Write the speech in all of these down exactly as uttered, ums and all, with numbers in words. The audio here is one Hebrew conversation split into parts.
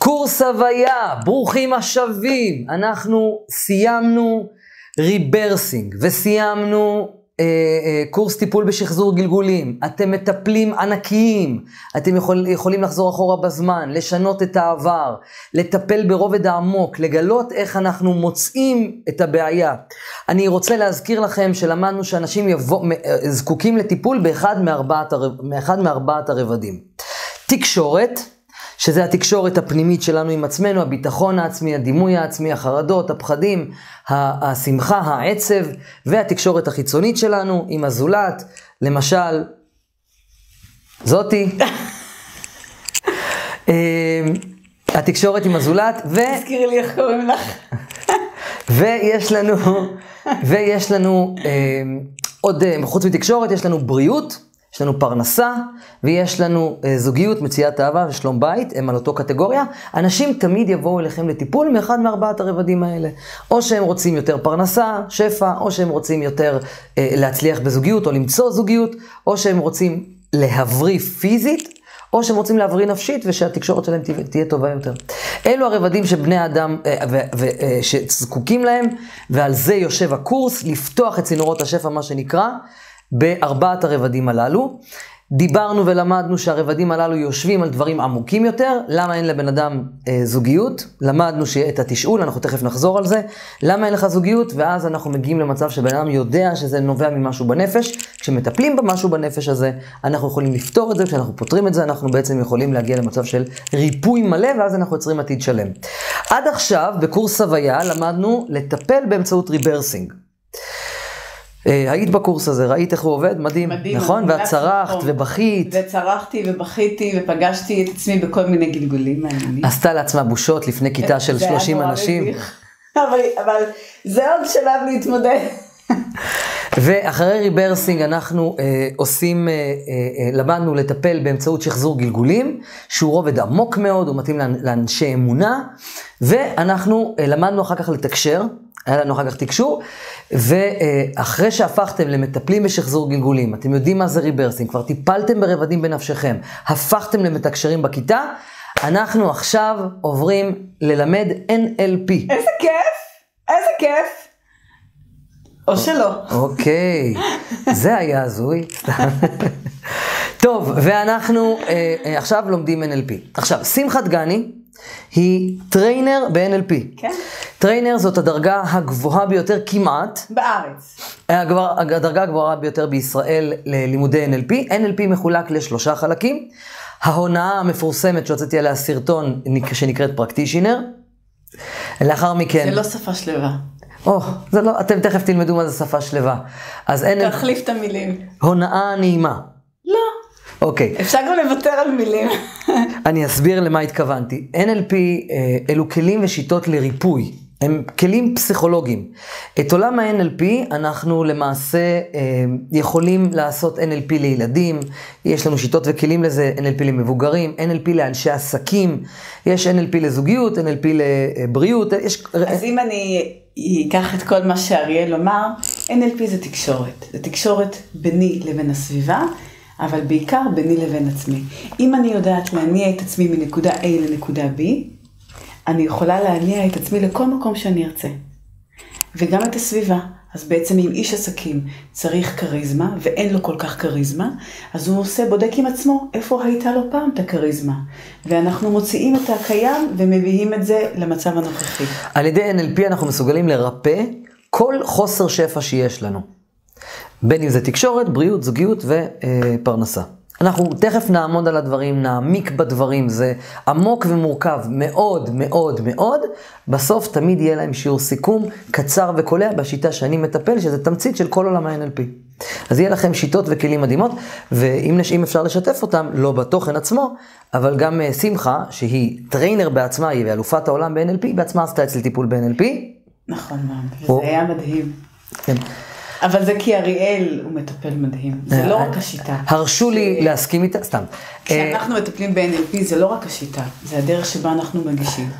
קורס הוויה, ברוכים השבים. אנחנו סיימנו ריברסינג וסיימנו אה, אה, קורס טיפול בשחזור גלגולים. אתם מטפלים ענקיים, אתם יכול, יכולים לחזור אחורה בזמן, לשנות את העבר, לטפל ברובד העמוק, לגלות איך אנחנו מוצאים את הבעיה. אני רוצה להזכיר לכם שלמדנו שאנשים יבוא, זקוקים לטיפול באחד מארבעת, מאחד מארבעת הרבדים. תקשורת, שזה התקשורת הפנימית שלנו עם עצמנו, הביטחון העצמי, הדימוי העצמי, החרדות, הפחדים, השמחה, העצב, והתקשורת החיצונית שלנו עם הזולת, למשל, זאתי. התקשורת עם הזולת, ו... תזכירי לי איך קוראים לך. ויש לנו, ויש לנו, עוד, חוץ מתקשורת, יש לנו בריאות, יש לנו פרנסה, ויש לנו אה, זוגיות, מציאת אהבה ושלום בית, הם על אותו קטגוריה. אנשים תמיד יבואו אליכם לטיפול מאחד מארבעת הרבדים האלה. או שהם רוצים יותר פרנסה, שפע, או שהם רוצים יותר אה, להצליח בזוגיות, או למצוא זוגיות, או שהם רוצים להבריא פיזית, או שהם רוצים להבריא נפשית, ושהתקשורת שלהם תהיה, תהיה טובה יותר. אלו הרבדים שבני האדם, אה, ו, ו, אה, שזקוקים להם, ועל זה יושב הקורס, לפתוח את צינורות השפע, מה שנקרא, בארבעת הרבדים הללו. דיברנו ולמדנו שהרבדים הללו יושבים על דברים עמוקים יותר. למה אין לבן אדם אה, זוגיות? למדנו שאת התשאול, אנחנו תכף נחזור על זה. למה אין לך זוגיות? ואז אנחנו מגיעים למצב שבן אדם יודע שזה נובע ממשהו בנפש. כשמטפלים במשהו בנפש הזה, אנחנו יכולים לפתור את זה. כשאנחנו פותרים את זה, אנחנו בעצם יכולים להגיע למצב של ריפוי מלא, ואז אנחנו יוצרים עתיד שלם. עד עכשיו, בקורס הוויה, למדנו לטפל באמצעות ריברסינג. היית בקורס הזה, ראית איך הוא עובד? מדהים, מדהים, נכון? ואת צרחת ובכית. וצרחתי ובכיתי ופגשתי את עצמי בכל מיני גלגולים מעניינים. עשתה לעצמה בושות לפני כיתה של שלושים אנשים. אבל, אבל זה עוד שלב להתמודד. ואחרי ריברסינג אנחנו אה, עושים, אה, אה, למדנו לטפל באמצעות שחזור גלגולים, שהוא רובד עמוק מאוד, הוא מתאים לאנשי אמונה, ואנחנו אה, למדנו אחר כך לתקשר, היה לנו אחר כך תקשור, ואחרי שהפכתם למטפלים בשחזור גלגולים, אתם יודעים מה זה ריברסינג, כבר טיפלתם ברבדים בנפשכם, הפכתם למתקשרים בכיתה, אנחנו עכשיו עוברים ללמד אן אל פי. איזה כיף, איזה כיף. או שלא. אוקיי, זה היה הזוי. טוב, ואנחנו אה, עכשיו לומדים אן אל פי. עכשיו, שמחה דגני היא טריינר ב-אן אל פי. כן. טריינר זאת הדרגה הגבוהה ביותר כמעט. בארץ. הדרגה הגבוהה ביותר בישראל ללימודי אן אל פי. אן אל פי מחולק לשלושה חלקים. ההונאה המפורסמת שהוצאתי עליה סרטון שנקראת פרקטישנר. לאחר מכן... זה לא שפה שלווה. או, זה לא, אתם תכף תלמדו מה זה שפה שלווה. אז אין... תחליף את המילים. הונאה נעימה. לא. אוקיי. אפשר גם לוותר על מילים. אני אסביר למה התכוונתי. אן אל פי אלו כלים ושיטות לריפוי. הם כלים פסיכולוגיים. את עולם ה-אן אל פי אנחנו למעשה יכולים לעשות אן אל פי לילדים, יש לנו שיטות וכלים לזה, אן אל פי למבוגרים, אן אל פי לאנשי עסקים, יש אן אל פי לזוגיות, אן אל פי לבריאות. יש... אז אם אני אקח את כל מה שאריאל אמר, אן אל פי זה תקשורת. זה תקשורת ביני לבין הסביבה, אבל בעיקר ביני לבין עצמי. אם אני יודעת להניע את עצמי מנקודה A לנקודה B, אני יכולה להניע את עצמי לכל מקום שאני ארצה. וגם את הסביבה. אז בעצם אם איש עסקים צריך קריזמה, ואין לו כל כך קריזמה, אז הוא עושה, בודק עם עצמו איפה הייתה לו פעם את הקריזמה. ואנחנו מוציאים את הקיים ומביאים את זה למצב הנוכחי. על ידי אן אל פי אנחנו מסוגלים לרפא כל חוסר שפע שיש לנו. בין אם זה תקשורת, בריאות, זוגיות ופרנסה. אנחנו תכף נעמוד על הדברים, נעמיק בדברים, זה עמוק ומורכב מאוד מאוד מאוד. בסוף תמיד יהיה להם שיעור סיכום קצר וקולע בשיטה שאני מטפל, שזה תמצית של כל עולם ה-אן אל פי. אז יהיה לכם שיטות וכלים מדהימות, ואם אם אפשר לשתף אותם, לא בתוכן עצמו, אבל גם שמחה, שהיא טריינר בעצמה, היא ואלופת העולם ב-אן אל פי, בעצמה עשתה אצל טיפול ב-אן אל פי. נכון מאוד, וזה היה מדהים. כן. אבל זה כי אריאל הוא מטפל מדהים, זה לא רק השיטה. הרשו לי להסכים איתה, סתם. כשאנחנו מטפלים ב-אן אל פי זה לא רק השיטה, זה הדרך שבה אנחנו מגישים.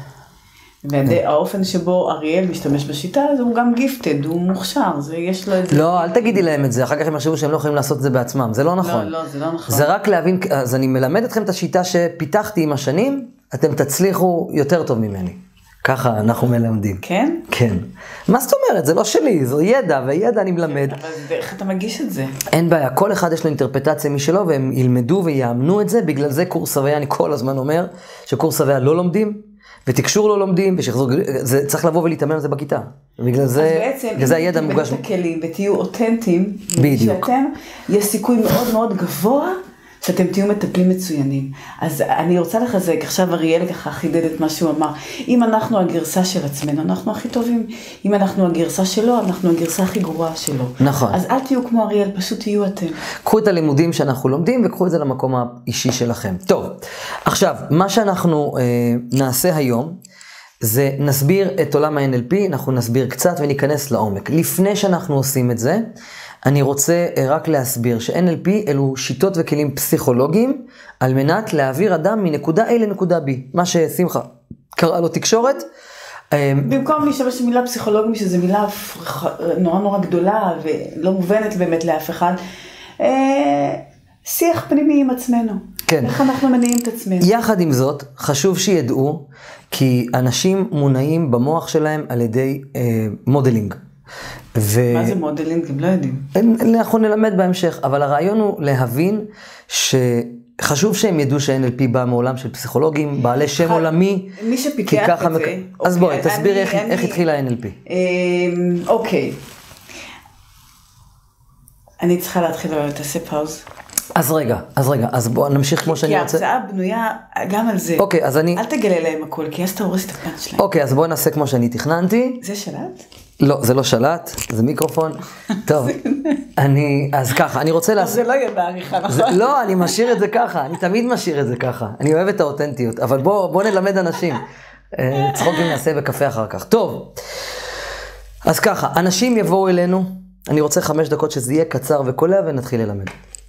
והאופן שבו אריאל משתמש בשיטה, הוא גם גיפטד, הוא מוכשר, זה יש לו את זה. לא, אל תגידי להם את זה, אחר כך הם יחשבו שהם לא יכולים לעשות את זה בעצמם, זה לא נכון. לא, לא, זה לא נכון. זה רק להבין, אז אני מלמד אתכם את השיטה שפיתחתי עם השנים, אתם תצליחו יותר טוב ממני. ככה אנחנו מלמדים. כן? כן. מה זאת אומרת? זה לא שלי, זה ידע, וידע אני מלמד. אבל איך אתה מגיש את זה? אין בעיה, כל אחד יש לו אינטרפטציה משלו, והם ילמדו ויאמנו את זה, בגלל זה קורס הוויה, אני כל הזמן אומר, שקורס הוויה לא לומדים, ותקשור לא לומדים, ושחזור, זה צריך לבוא ולהתאמן על זה בכיתה. בגלל זה, בגלל זה הידע מוגש. אז בעצם, אם תקבלו את הכלים ותהיו אותנטיים, בדיוק. שאתם, יש סיכוי מאוד מאוד גבוה, שאתם תהיו מטפלים מצוינים. אז אני רוצה לחזק, עכשיו אריאל ככה חידד את מה שהוא אמר, אם אנחנו הגרסה של עצמנו, אנחנו הכי טובים. אם אנחנו הגרסה שלו, אנחנו הגרסה הכי גרועה שלו. נכון. אז אל תהיו כמו אריאל, פשוט תהיו אתם. קחו את הלימודים שאנחנו לומדים, וקחו את זה למקום האישי שלכם. טוב, עכשיו, מה שאנחנו אה, נעשה היום, זה נסביר את עולם ה-אן אל פי, אנחנו נסביר קצת וניכנס לעומק. לפני שאנחנו עושים את זה, אני רוצה רק להסביר ש-אן אל פי אלו שיטות וכלים פסיכולוגיים, על מנת להעביר אדם מנקודה A לנקודה B. מה ששמחה קרא לו תקשורת. במקום להשתמש במילה פסיכולוגיים, שזו מילה נורא נורא גדולה, ולא מובנת באמת לאף אחד, שיח פנימי עם עצמנו. כן. איך אנחנו מניעים את עצמנו. יחד עם זאת, חשוב שידעו, כי אנשים מונעים במוח שלהם על ידי אה, מודלינג. ו... מה זה מודלינג? הם לא יודעים. אנחנו נלמד בהמשך, אבל הרעיון הוא להבין שחשוב שהם ידעו ש-אן אל פי בא מעולם של פסיכולוגים, בעלי שם עולמי. מי שפיתח את זה. אז בואי, תסבירי איך התחילה ה-אן אל פי. אוקיי. אני צריכה להתחיל, תעשה פאוז. אז רגע, אז רגע, אז בואו נמשיך כמו שאני רוצה. כי ההרצאה בנויה גם על זה. אוקיי, אז אני... אל תגלה להם הכל, כי אז אתה הורס את הפן שלהם. אוקיי, אז בואו נעשה כמו שאני תכננתי. זה שלט? לא, זה לא שלט, זה מיקרופון. טוב, אני, אז ככה, אני רוצה לעשות... זה לא יהיה בעריכה, נכון? לא, אני משאיר את זה ככה, אני תמיד משאיר את זה ככה. אני אוהב את האותנטיות, אבל בואו נלמד אנשים. צחוקים נעשה בקפה אחר כך. טוב, אז ככה, אנשים יבואו אלינו, אני רוצה חמש דקות שזה יהיה קצר וקולע ונתחיל ללמד.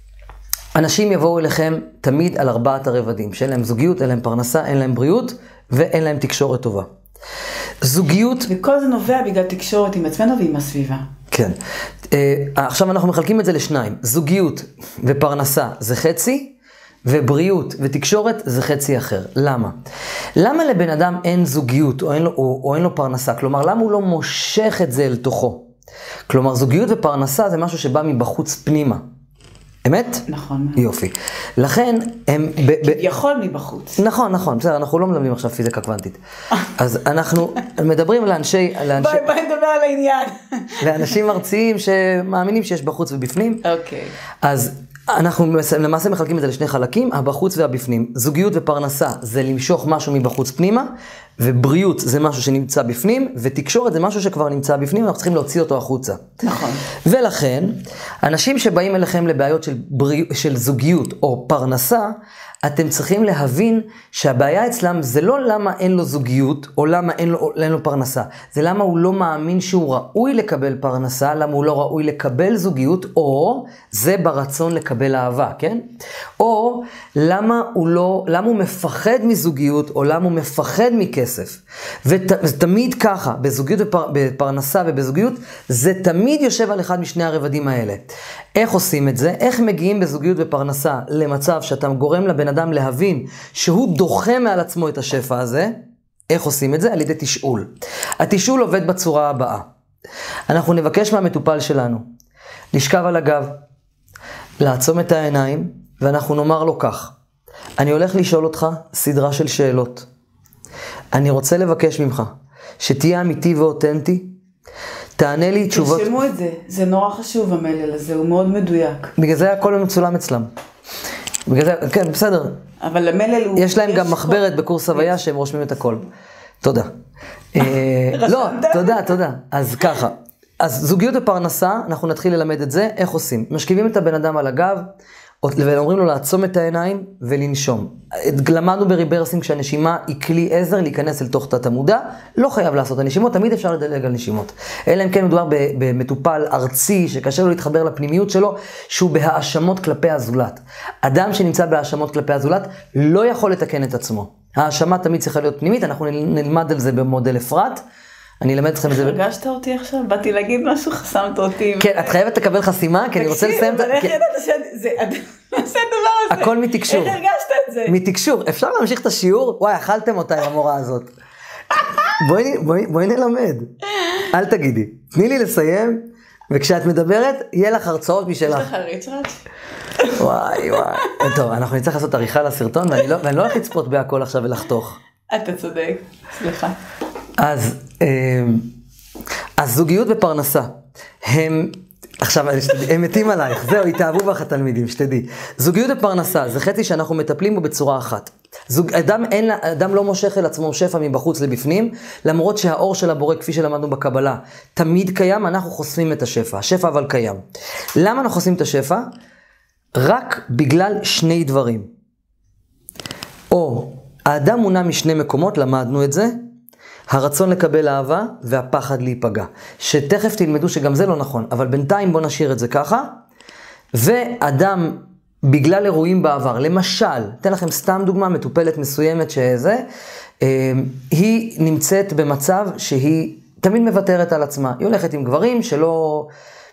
אנשים יבואו אליכם תמיד על ארבעת הרבדים, שאין להם זוגיות, אין להם פרנסה, אין להם בריאות, ואין להם תקשורת טובה. זוגיות... וכל זה נובע בגלל תקשורת עם עצמנו ועם הסביבה. כן. עכשיו אנחנו מחלקים את זה לשניים. זוגיות ופרנסה זה חצי, ובריאות ותקשורת זה חצי אחר. למה? למה לבן אדם אין זוגיות או אין לו, או, או אין לו פרנסה? כלומר, למה הוא לא מושך את זה אל תוכו? כלומר, זוגיות ופרנסה זה משהו שבא מבחוץ פנימה. אמת? נכון. יופי. לכן הם... כביכול מבחוץ. נכון, נכון. בסדר, אנחנו לא מלמדים עכשיו פיזיקה קוונטית. אז אנחנו מדברים לאנשי... בואי, בואי נדבר על העניין. לאנשים ארציים שמאמינים שיש בחוץ ובפנים. אוקיי. אז אנחנו למעשה מחלקים את זה לשני חלקים, הבחוץ והבפנים. זוגיות ופרנסה זה למשוך משהו מבחוץ פנימה, ובריאות זה משהו שנמצא בפנים, ותקשורת זה משהו שכבר נמצא בפנים, אנחנו צריכים להוציא אותו החוצה. נכון. ולכן, אנשים שבאים אליכם לבעיות של, ברי... של זוגיות או פרנסה, אתם צריכים להבין שהבעיה אצלם זה לא למה אין לו זוגיות, או למה אין לו, אין לו פרנסה. זה למה הוא לא מאמין שהוא ראוי לקבל פרנסה, למה הוא לא ראוי לקבל זוגיות, או זה ברצון לקבל אהבה, כן? או למה הוא לא, למה הוא מפחד מזוגיות, או למה הוא מפחד מכסף. ותמיד ככה, בזוגיות ופר, בפרנסה ובזוגיות, זה תמיד יושב על אחד משני הרבדים האלה. איך עושים את זה? איך מגיעים בזוגיות ופרנסה למצב שאתה גורם לבן אדם להבין שהוא דוחה מעל עצמו את השפע הזה? איך עושים את זה? על ידי תשאול. התשאול עובד בצורה הבאה. אנחנו נבקש מהמטופל שלנו לשכב על הגב, לעצום את העיניים, ואנחנו נאמר לו כך: אני הולך לשאול אותך סדרה של שאלות. אני רוצה לבקש ממך שתהיה אמיתי ואותנטי, תענה לי תשובות... תרשמו את זה, זה נורא חשוב המלל הזה, הוא מאוד מדויק. בגלל זה הכל מצולם אצלם. בגלל זה, כן, בסדר. אבל המלל הוא... יש להם גם מחברת בקורס הוויה שהם רושמים את הכל. תודה. לא, תודה, תודה. אז ככה. אז זוגיות ופרנסה, אנחנו נתחיל ללמד את זה, איך עושים. משכיבים את הבן אדם על הגב, ואומרים לו לעצום את העיניים ולנשום. למדנו בריברסינג שהנשימה היא כלי עזר להיכנס אל תוך תת המודע, לא חייב לעשות הנשימות, תמיד אפשר לדלג על נשימות. אלא אם כן מדובר במטופל ארצי שקשה לו להתחבר לפנימיות שלו, שהוא בהאשמות כלפי הזולת. אדם שנמצא בהאשמות כלפי הזולת לא יכול לתקן את עצמו. ההאשמה תמיד צריכה להיות פנימית, אנחנו נלמד על זה במודל אפרת, אני אלמד אתכם את זה. הרגשת אותי עכשיו? באתי להגיד משהו, חסמת אותי. כן, את חייבת לקבל חסימה, כי אני רוצה לסיים את זה. תקשיב, אבל איך ידעת שזה הדבר הזה? הכל מתקשור. איך הרגשת את זה? מתקשור. אפשר להמשיך את השיעור? וואי, אכלתם אותה עם המורה הזאת. בואי, בואי, בואי נלמד. אל תגידי. תני לי לסיים, וכשאת מדברת, יהיה לך הרצאות משלך. יש לך ריצ'ראץ'? וואי, וואי. טוב, אנחנו נצטרך לעשות עריכה לסרטון, ואני לא, ואני לא הולך לצפות בהכל עכשיו ולחתוך. אתה צודק, סליחה. אז, אז זוגיות ופרנסה, הם, עכשיו, הם מתים עלייך, זהו, התאהבו בך התלמידים, שתדעי. זוגיות ופרנסה, זה חצי שאנחנו מטפלים בו בצורה אחת. זוג, אדם, אין, אדם לא מושך אל עצמו שפע מבחוץ לבפנים, למרות שהאור של הבורא, כפי שלמדנו בקבלה, תמיד קיים, אנחנו חושפים את השפע. השפע אבל קיים. למה אנחנו חושפים את השפע? רק בגלל שני דברים. או, האדם מונע משני מקומות, למדנו את זה, הרצון לקבל אהבה והפחד להיפגע. שתכף תלמדו שגם זה לא נכון, אבל בינתיים בוא נשאיר את זה ככה. ואדם, בגלל אירועים בעבר, למשל, אתן לכם סתם דוגמה, מטופלת מסוימת שזה, היא נמצאת במצב שהיא תמיד מוותרת על עצמה. היא הולכת עם גברים שלא,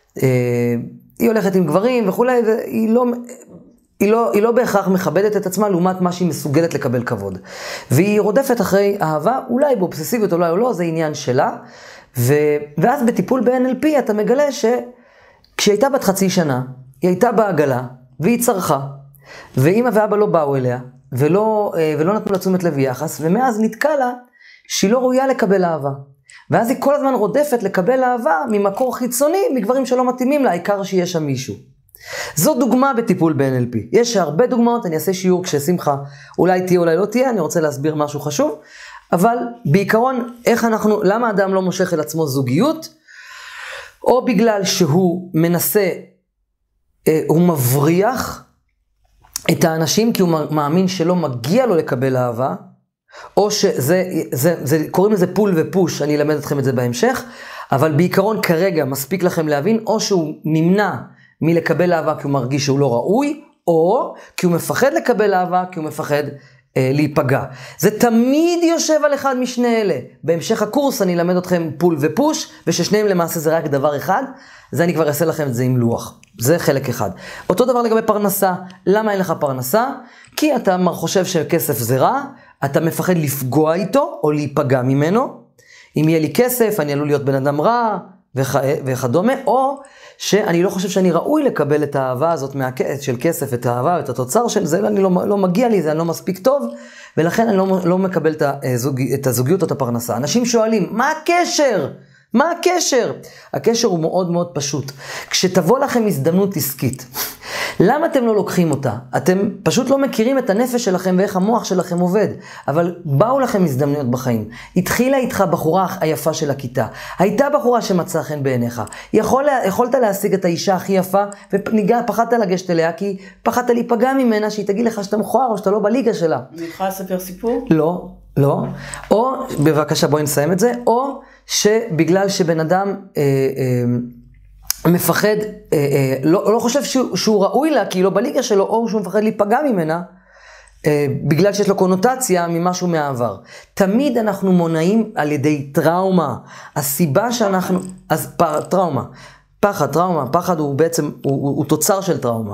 היא הולכת עם גברים וכולי, והיא לא... היא לא, היא לא בהכרח מכבדת את עצמה לעומת מה שהיא מסוגלת לקבל כבוד. והיא רודפת אחרי אהבה, אולי באובססיביות, אולי או לא, זה עניין שלה. ו, ואז בטיפול ב-אן אל פי אתה מגלה שכשהיא הייתה בת חצי שנה, היא הייתה בעגלה, והיא צרכה, ואמא ואבא לא באו אליה, ולא, ולא נתנו לה תשומת לב יחס, ומאז נתקע לה שהיא לא ראויה לקבל אהבה. ואז היא כל הזמן רודפת לקבל אהבה ממקור חיצוני, מגברים שלא מתאימים לה, העיקר שיש שם מישהו. זו דוגמה בטיפול ב-אן אל פי. יש הרבה דוגמאות, אני אעשה שיעור כששמחה, אולי תהיה, אולי לא תהיה, אני רוצה להסביר משהו חשוב, אבל בעיקרון, איך אנחנו, למה אדם לא מושך אל עצמו זוגיות? או בגלל שהוא מנסה, אה, הוא מבריח את האנשים, כי הוא מאמין שלא מגיע לו לקבל אהבה, או שזה, זה, זה, קוראים לזה פול ופוש, אני אלמד אתכם את זה בהמשך, אבל בעיקרון כרגע מספיק לכם להבין, או שהוא נמנע, מלקבל אהבה כי הוא מרגיש שהוא לא ראוי, או כי הוא מפחד לקבל אהבה כי הוא מפחד אה, להיפגע. זה תמיד יושב על אחד משני אלה. בהמשך הקורס אני אלמד אתכם פול ופוש, וששניהם למעשה זה רק דבר אחד, זה אני כבר אעשה לכם את זה עם לוח. זה חלק אחד. אותו דבר לגבי פרנסה. למה אין לך פרנסה? כי אתה חושב שכסף זה רע, אתה מפחד לפגוע איתו או להיפגע ממנו. אם יהיה לי כסף, אני עלול להיות בן אדם רע, וכ... וכדומה, או שאני לא חושב שאני ראוי לקבל את האהבה הזאת מהכסף, של כסף, את האהבה, את התוצר של זה, אני לא, לא מגיע לי, זה אני לא מספיק טוב, ולכן אני לא, לא מקבל את, הזוג, את הזוגיות או את הפרנסה. אנשים שואלים, מה הקשר? מה הקשר? הקשר הוא מאוד מאוד פשוט. כשתבוא לכם הזדמנות עסקית, למה אתם לא לוקחים אותה? אתם פשוט לא מכירים את הנפש שלכם ואיך המוח שלכם עובד. אבל באו לכם הזדמנויות בחיים. התחילה איתך בחורה היפה של הכיתה. הייתה בחורה שמצאה חן בעיניך. יכול, יכולת להשיג את האישה הכי יפה, ופחדת לגשת אליה, כי פחדת להיפגע ממנה, שהיא תגיד לך שאתה מכוער או שאתה לא בליגה שלה. אני יכולה לספר סיפור? לא, לא. או, בבקשה בואי נסיים את זה, או שבגלל שבן אדם... אה, אה, מפחד, אה, אה, לא, לא חושב שהוא, שהוא ראוי לה, כי היא לא בליגה שלו, או שהוא מפחד להיפגע ממנה, אה, בגלל שיש לו קונוטציה ממשהו מהעבר. תמיד אנחנו מונעים על ידי טראומה. הסיבה שאנחנו, אז פ, טראומה, פחד, טראומה, פחד הוא בעצם, הוא, הוא, הוא תוצר של טראומה.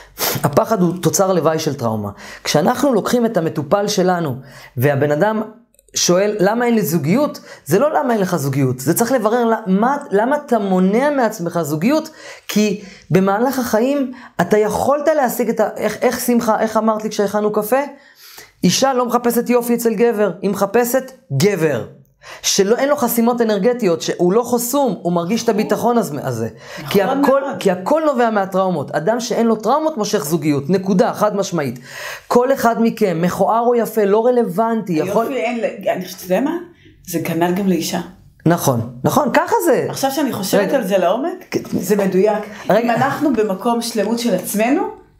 הפחד הוא תוצר לוואי של טראומה. כשאנחנו לוקחים את המטופל שלנו, והבן אדם שואל, למה אין לי זוגיות? זה לא למה אין לך זוגיות, זה צריך לברר למה, למה אתה מונע מעצמך זוגיות, כי במהלך החיים אתה יכולת להשיג את ה... איך, איך שמחה, איך אמרת לי כשהכנו קפה? אישה לא מחפשת יופי אצל גבר, היא מחפשת גבר. שלא, אין לו חסימות אנרגטיות, שהוא לא חוסום, הוא מרגיש את הביטחון הזה. כי הכל, כי הכל נובע מהטראומות. אדם שאין לו טראומות מושך זוגיות, נקודה, חד משמעית. כל אחד מכם, מכוער או יפה, לא רלוונטי. יכול... היופי אין, אני חושבת, אתה יודע מה? זה כנ"ל גם לאישה. נכון, נכון, ככה זה. עכשיו שאני חושבת על זה לעומק, זה מדויק. אם אנחנו במקום שלמות של עצמנו,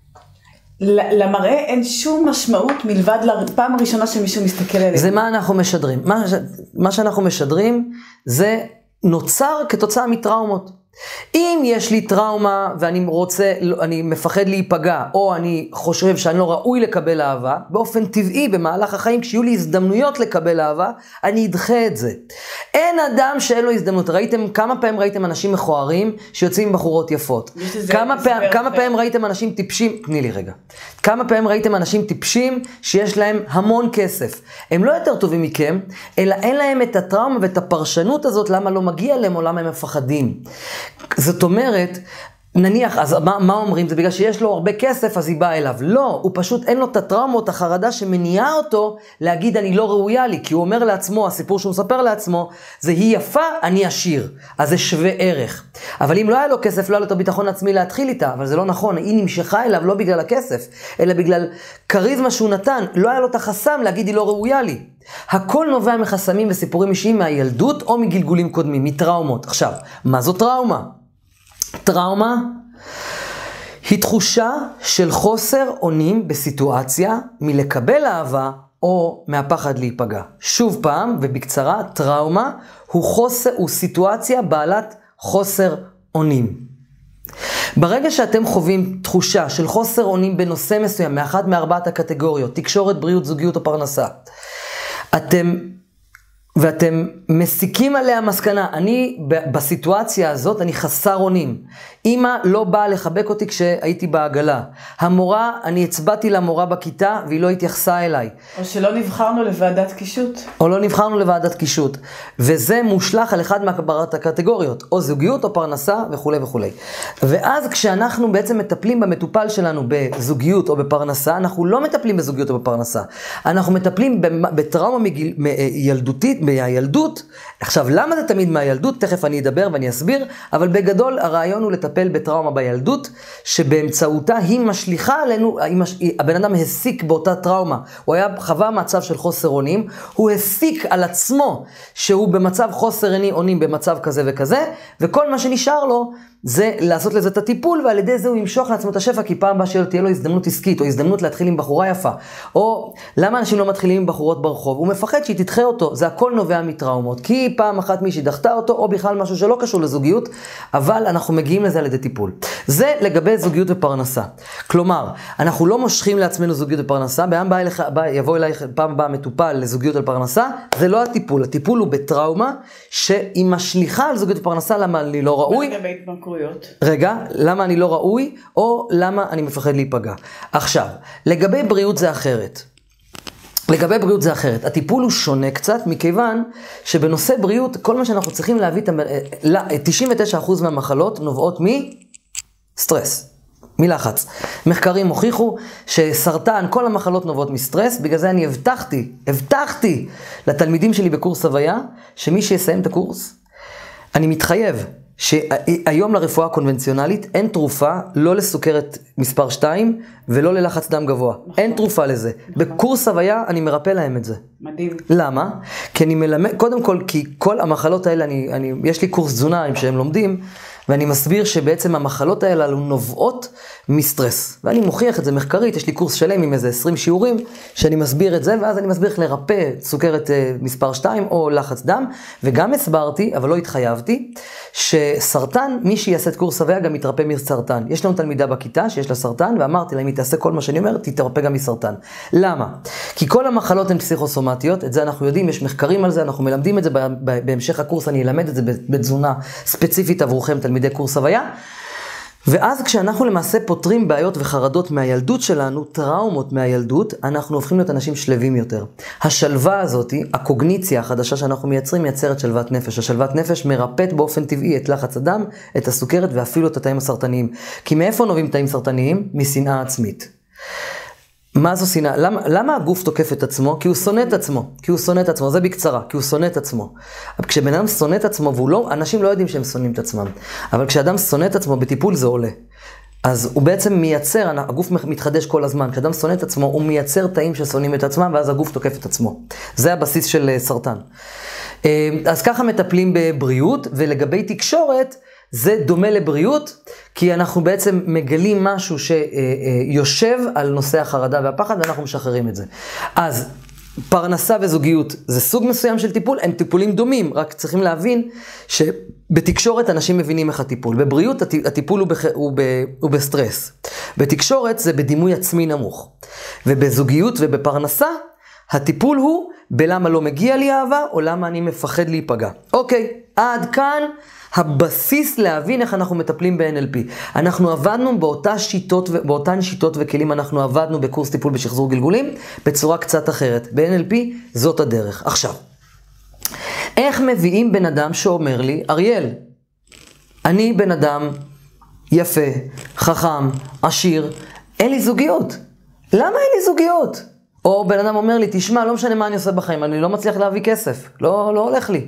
למראה אין שום משמעות מלבד לפעם הראשונה שמישהו מסתכל עליהם. זה מה אנחנו משדרים. מה, מה שאנחנו משדרים זה נוצר כתוצאה מטראומות. אם יש לי טראומה ואני רוצה, אני מפחד להיפגע, או אני חושב שאני לא ראוי לקבל אהבה, באופן טבעי במהלך החיים, כשיהיו לי הזדמנויות לקבל אהבה, אני אדחה את זה. אין אדם שאין לו הזדמנות. ראיתם, כמה פעמים ראיתם אנשים מכוערים שיוצאים עם בחורות יפות? כמה, פעם, כמה פעמים ראיתם אנשים טיפשים? תני לי רגע. כמה פעמים ראיתם אנשים טיפשים שיש להם המון כסף? הם לא יותר טובים מכם, אלא אין להם את הטראומה ואת הפרשנות הזאת למה לא מגיע להם או למה הם מפחדים. זאת אומרת, נניח, אז מה, מה אומרים? זה בגלל שיש לו הרבה כסף, אז היא באה אליו. לא, הוא פשוט אין לו את הטראומות, החרדה שמניעה אותו להגיד אני לא ראויה לי, כי הוא אומר לעצמו, הסיפור שהוא מספר לעצמו, זה היא יפה, אני עשיר. אז זה שווה ערך. אבל אם לא היה לו כסף, לא היה לו את הביטחון עצמי להתחיל איתה, אבל זה לא נכון, היא נמשכה אליו לא בגלל הכסף, אלא בגלל כריזמה שהוא נתן, לא היה לו את החסם להגיד היא לא ראויה לי. הכל נובע מחסמים וסיפורים אישיים מהילדות או מגלגולים קודמים, מטראומות. עכשיו, מה זו טראומה? טראומה היא תחושה של חוסר אונים בסיטואציה מלקבל אהבה או מהפחד להיפגע. שוב פעם ובקצרה, טראומה הוא חוסר, הוא סיטואציה בעלת חוסר אונים. ברגע שאתם חווים תחושה של חוסר אונים בנושא מסוים, מאחת מארבעת הקטגוריות, תקשורת, בריאות, זוגיות או פרנסה, אתם ואתם מסיקים עליה מסקנה, אני בסיטואציה הזאת, אני חסר אונים. אמא לא באה לחבק אותי כשהייתי בעגלה. המורה, אני הצבעתי למורה בכיתה והיא לא התייחסה אליי. או שלא נבחרנו לוועדת קישוט. או לא נבחרנו לוועדת קישוט. וזה מושלך על אחד מהקברת הקטגוריות, או זוגיות או פרנסה וכו' וכו'. ואז כשאנחנו בעצם מטפלים במטופל שלנו בזוגיות או בפרנסה, אנחנו לא מטפלים בזוגיות או בפרנסה. אנחנו מטפלים בטראומה מגיל, מילדותית, מהילדות. עכשיו, למה זה תמיד מהילדות? תכף אני אדבר ואני אסביר, אבל בגדול הרעיון הוא לטפל בטראומה בילדות, שבאמצעותה היא משליחה עלינו, הבן אדם הסיק באותה טראומה, הוא היה חווה מצב של חוסר אונים, הוא הסיק על עצמו שהוא במצב חוסר אונים במצב כזה וכזה, וכל מה שנשאר לו זה לעשות לזה את הטיפול, ועל ידי זה הוא ימשוך לעצמו את השפע, כי פעם הבאה שתהיה לו הזדמנות עסקית, או הזדמנות להתחיל עם בחורה יפה. או למה אנשים לא מתחילים עם בחורות ברחוב? הוא מפחד שהיא תדחה אותו, זה הכל נובע מטראומות, כי פעם אחת מישהי דחתה אותו, או בכלל משהו שלא קשור לזוגיות, אבל אנחנו מגיעים לזה על ידי טיפול. זה לגבי זוגיות ופרנסה. כלומר, אנחנו לא מושכים לעצמנו זוגיות ופרנסה, פעם בא אליך, בא, יבוא אליי פעם בא מטופל לזוגיות ופרנסה, זה לא הטיפול. הטיפול הוא בטראומה, שהיא משליחה על זוגיות ופרנסה, למה אני לא ראוי. רגע, למה אני לא ראוי, או למה אני מפחד להיפגע. עכשיו, לגבי בריאות זה אחרת. לגבי בריאות זה אחרת. הטיפול הוא שונה קצת, מכיוון שבנושא בריאות, כל מה שאנחנו צריכים להביא, תשעים ותשעה אחוז מהמחלות נובעות מסטרס, מלחץ. מחקרים הוכיחו שסרטן, כל המחלות נובעות מסטרס, בגלל זה אני הבטחתי, הבטחתי לתלמידים שלי בקורס הוויה, שמי שיסיים את הקורס, אני מתחייב, שהיום לרפואה הקונבנציונלית אין תרופה, לא לסוכרת מספר שתיים, ולא ללחץ דם גבוה. נכון. אין תרופה לזה. נכון. בקורס הוויה אני מרפא להם את זה. מדהים. למה? כי אני מלמד, קודם כל, כי כל המחלות האלה, אני, אני, יש לי קורס תזונה שהם לומדים, ואני מסביר שבעצם המחלות האלה נובעות מסטרס. ואני מוכיח את זה מחקרית, יש לי קורס שלם עם איזה עשרים שיעורים, שאני מסביר את זה, ואז אני מסביר איך לרפא סוכרת מספר שתיים או לחץ דם, וגם הסברתי, אבל לא התחייבתי, שסרטן, מי שיעשה את קורס הוויה גם מתרפא מסרטן. יש לנו תלמידה בכיתה שיש לה סרטן, ואמרתי לה, אם היא תעשה כל מה שאני אומר, תתרפא גם מסרטן. למה? כי כל המחלות הן פסיכוסומטיות, את זה אנחנו יודעים, יש מחקרים על זה, אנחנו מלמדים את זה, בהמשך הקורס אני אלמד את זה בתזונה ספציפית עבורכם, תלמידי קורס הוויה. ואז כשאנחנו למעשה פותרים בעיות וחרדות מהילדות שלנו, טראומות מהילדות, אנחנו הופכים להיות אנשים שלווים יותר. השלווה הזאת, הקוגניציה החדשה שאנחנו מייצרים, מייצרת שלוות נפש. השלוות נפש מרפאת באופן טבעי את לחץ הדם, את הסוכרת ואפילו את התאים הסרטניים. כי מאיפה נובעים תאים סרטניים? משנאה עצמית. מה זו שנאה? למה, למה הגוף תוקף את עצמו? כי הוא שונא את עצמו. כי הוא שונא את עצמו. זה בקצרה. כי הוא שונא את עצמו. אבל כשבן אדם שונא את עצמו, והוא לא, אנשים לא יודעים שהם שונאים את עצמם. אבל כשאדם שונא את עצמו, בטיפול זה עולה. אז הוא בעצם מייצר, הגוף מתחדש כל הזמן. כשאדם שונא את עצמו, הוא מייצר תאים ששונאים את עצמם, ואז הגוף תוקף את עצמו. זה הבסיס של סרטן. אז ככה מטפלים בבריאות, ולגבי תקשורת, זה דומה לבריאות, כי אנחנו בעצם מגלים משהו שיושב על נושא החרדה והפחד, ואנחנו משחררים את זה. אז פרנסה וזוגיות זה סוג מסוים של טיפול, הם טיפולים דומים, רק צריכים להבין שבתקשורת אנשים מבינים איך הטיפול. בבריאות הטיפול הוא, בח... הוא, ב... הוא בסטרס. בתקשורת זה בדימוי עצמי נמוך. ובזוגיות ובפרנסה, הטיפול הוא בלמה לא מגיע לי אהבה, או למה אני מפחד להיפגע. אוקיי, עד כאן הבסיס להבין איך אנחנו מטפלים ב-אן אל פי. אנחנו עבדנו באותה שיטות, באותן שיטות וכלים, אנחנו עבדנו בקורס טיפול בשחזור גלגולים, בצורה קצת אחרת. ב-אן אל פי זאת הדרך. עכשיו, איך מביאים בן אדם שאומר לי, אריאל, אני בן אדם יפה, חכם, עשיר, אין לי זוגיות. למה אין לי זוגיות? או בן אדם אומר לי, תשמע, לא משנה מה אני עושה בחיים, אני לא מצליח להביא כסף, לא, לא הולך לי.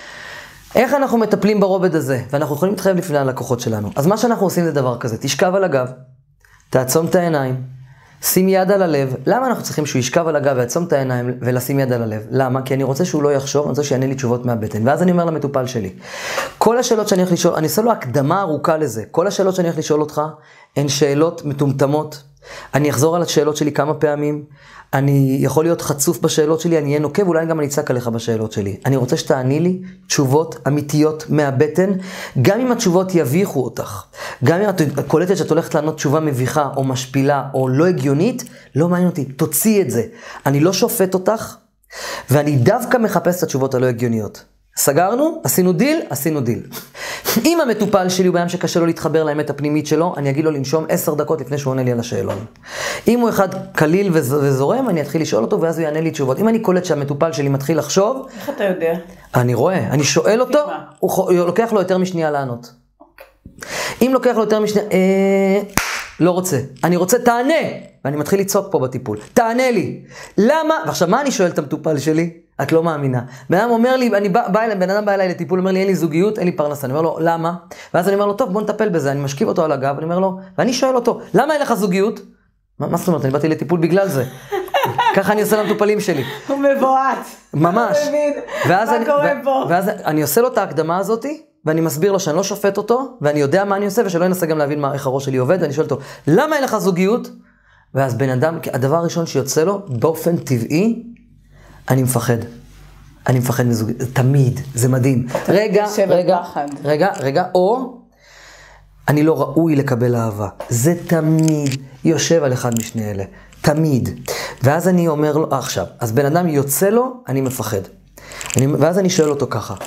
איך אנחנו מטפלים ברובד הזה? ואנחנו יכולים להתחייב לפני הלקוחות שלנו. אז מה שאנחנו עושים זה דבר כזה, תשכב על הגב, תעצום את העיניים, שים יד על הלב. למה אנחנו צריכים שהוא ישכב על הגב ויעצום את העיניים ולשים יד על הלב? למה? כי אני רוצה שהוא לא יחשוב, אני רוצה שיענה לי תשובות מהבטן. ואז אני אומר למטופל שלי, כל השאלות שאני הולך לשאול, אני עושה לו הקדמה ארוכה לזה, כל השאלות שאני הולך לשאול אותך, הן שאלות מטומטמות. אני אחזור על השאלות שלי כמה פעמים, אני יכול להיות חצוף בשאלות שלי, אני אהיה נוקב, אולי גם אני אצעק עליך בשאלות שלי. אני רוצה שתעני לי תשובות אמיתיות מהבטן, גם אם התשובות יביכו אותך, גם אם את קולטת שאת הולכת לענות תשובה מביכה או משפילה או לא הגיונית, לא מעניין אותי, תוציא את זה. אני לא שופט אותך, ואני דווקא מחפש את התשובות הלא הגיוניות. סגרנו, עשינו דיל, עשינו דיל. אם המטופל שלי הוא בהם שקשה לו להתחבר לאמת הפנימית שלו, אני אגיד לו לנשום עשר דקות לפני שהוא עונה לי על השאלון. אם הוא אחד קליל וזורם, אני אתחיל לשאול אותו ואז הוא יענה לי תשובות. אם אני קולט שהמטופל שלי מתחיל לחשוב... איך אתה יודע? אני רואה, אני שואל אותו, הוא לוקח לו יותר משנייה לענות. אם לוקח לו יותר משנייה... אה, לא רוצה. אני רוצה, תענה! ואני מתחיל לצעוק פה בטיפול. תענה לי! למה? ועכשיו, מה אני שואל את המטופל שלי? את לא מאמינה. בן אדם אומר לי, אני בא, בא אליי, בן אדם בא אליי לטיפול, אומר לי, אין לי זוגיות, אין לי פרנסה. אני אומר לו, למה? ואז אני אומר לו, טוב, בוא נטפל בזה. אני משכיב אותו על הגב, אני אומר לו, ואני שואל אותו, למה אין לך זוגיות? מה, מה זאת אומרת? אני באתי לטיפול בגלל זה. ככה אני עושה למטופלים שלי. הוא מבועת. ממש. הוא מבין. ואז מה אני, קורה ו- פה? ואז אני עושה לו את ההקדמה הזאת, ואני מסביר לו שאני לא שופט אותו, ואני יודע מה אני עושה, ושלא ינסה גם להבין מה, איך הראש שלי עובד, ואני שואל אותו, למה אין לך זוגיות? ואז בן אדם, הדבר הראשון שיוצא לו, באופן טבעי, אני מפחד. אני מפחד מזוגיות, תמיד, זה מדהים. רגע, רגע, רגע, רגע, או, אני לא ראוי לקבל אהבה. זה תמיד יושב על אחד משני אלה. תמיד. ואז אני אומר לו, עכשיו, אז בן אדם יוצא לו, אני מפחד. אני, ואז אני שואל אותו ככה,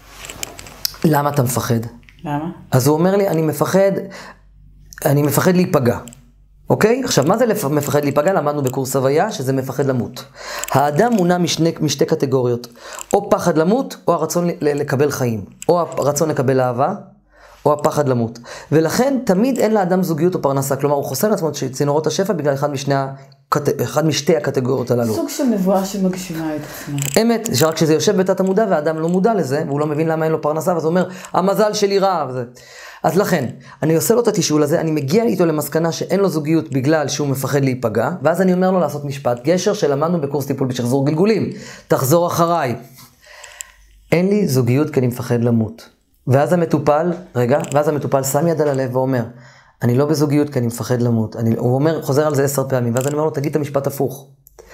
למה אתה מפחד? למה? אז הוא אומר לי, אני מפחד, אני מפחד להיפגע. אוקיי? עכשיו, מה זה מפחד להיפגע? למדנו בקורס הוויה, שזה מפחד למות. האדם מונע משני, משתי קטגוריות. או פחד למות, או הרצון לקבל חיים. או הרצון לקבל אהבה, או הפחד למות. ולכן, תמיד אין לאדם זוגיות או פרנסה. כלומר, הוא חוסר לעצמו צינורות השפע בגלל אחד משני, אחד משתי הקטגוריות הללו. סוג של נבואה שמגשימה את עצמה. אמת, שרק כשזה יושב בתת המודע, והאדם לא מודע לזה, והוא לא מבין למה אין לו פרנסה, ואז הוא אומר, המזל שלי רע, וזה. אז לכן, אני עושה לו את התשאול הזה, אני מגיע איתו למסקנה שאין לו זוגיות בגלל שהוא מפחד להיפגע, ואז אני אומר לו לעשות משפט גשר שלמדנו בקורס טיפול בשחזור גלגולים. תחזור אחריי. אין לי זוגיות כי אני מפחד למות. ואז המטופל, רגע, ואז המטופל שם יד על הלב ואומר, אני לא בזוגיות כי אני מפחד למות. אני, הוא אומר, חוזר על זה עשר פעמים, ואז אני אומר לו, תגיד את המשפט הפוך.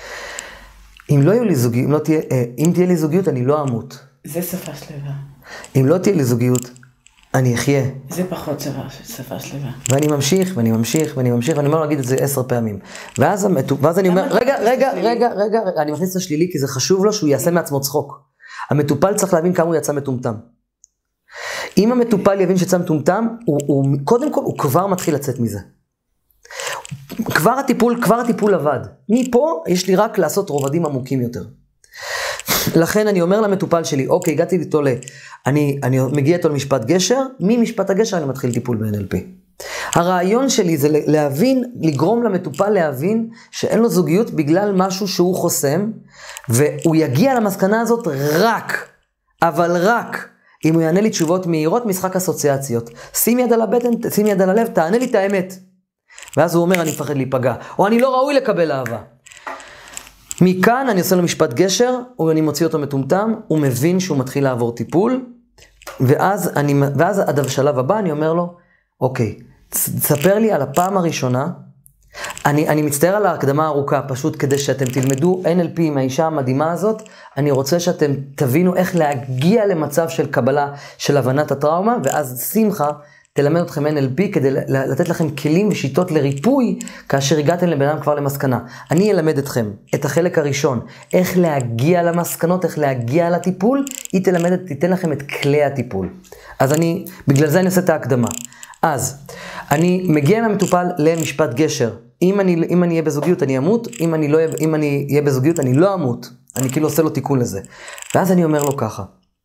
אם לא יהיו לי זוגיות, אם, לא תהיה, אם תהיה לי זוגיות, אני לא אמות. זה שפה שלווה. אם לא תהיה לי זוגיות, אני אחיה. זה פחות שפה שלווה. ואני ממשיך, ואני ממשיך, ואני ממשיך, ואני אומר להגיד את זה עשר פעמים. ואז, המטופ... ואז אני אומר, רגע, רגע, רגע, רגע, אני מכניס את השלילי, כי זה חשוב לו שהוא יעשה מעצמו צחוק. המטופל צריך להבין כמה הוא יצא מטומטם. אם המטופל יבין שיצא מטומטם, הוא, הוא, קודם כל הוא כבר מתחיל לצאת מזה. כבר הטיפול, כבר הטיפול עבד. מפה יש לי רק לעשות רובדים עמוקים יותר. לכן אני אומר למטופל שלי, אוקיי, הגעתי איתו ל... אני, אני מגיע איתו למשפט גשר, ממשפט הגשר אני מתחיל טיפול ב-אן אל פי. הרעיון שלי זה להבין, לגרום למטופל להבין שאין לו זוגיות בגלל משהו שהוא חוסם, והוא יגיע למסקנה הזאת רק, אבל רק, אם הוא יענה לי תשובות מהירות, משחק אסוציאציות. שים יד על הבטן, שים יד על הלב, תענה לי את האמת. ואז הוא אומר, אני מפחד להיפגע, או אני לא ראוי לקבל אהבה. מכאן אני עושה לו משפט גשר, או אני מוציא אותו מטומטם, הוא מבין שהוא מתחיל לעבור טיפול, ואז, אני, ואז עד השלב הבא אני אומר לו, אוקיי, תספר לי על הפעם הראשונה, אני, אני מצטער על ההקדמה הארוכה, פשוט כדי שאתם תלמדו אן אל פי עם האישה המדהימה הזאת, אני רוצה שאתם תבינו איך להגיע למצב של קבלה, של הבנת הטראומה, ואז שמחה תלמד אתכם אן אל פי כדי לתת לכם כלים ושיטות לריפוי, כאשר הגעתם לבן אדם כבר למסקנה. אני אלמד אתכם את החלק הראשון, איך להגיע למסקנות, איך להגיע לטיפול, היא תלמד, תיתן לכם את כלי הטיפול. אז אני, בגלל זה אני עושה את ההקדמה. אז, אני מגיע למטופל למשפט גשר. אם אני, אם אני אהיה בזוגיות, אני אמות. אם אני לא, אם אני אהיה בזוגיות, אני לא אמות. אני כאילו עושה לו תיקון לזה. ואז אני אומר לו ככה.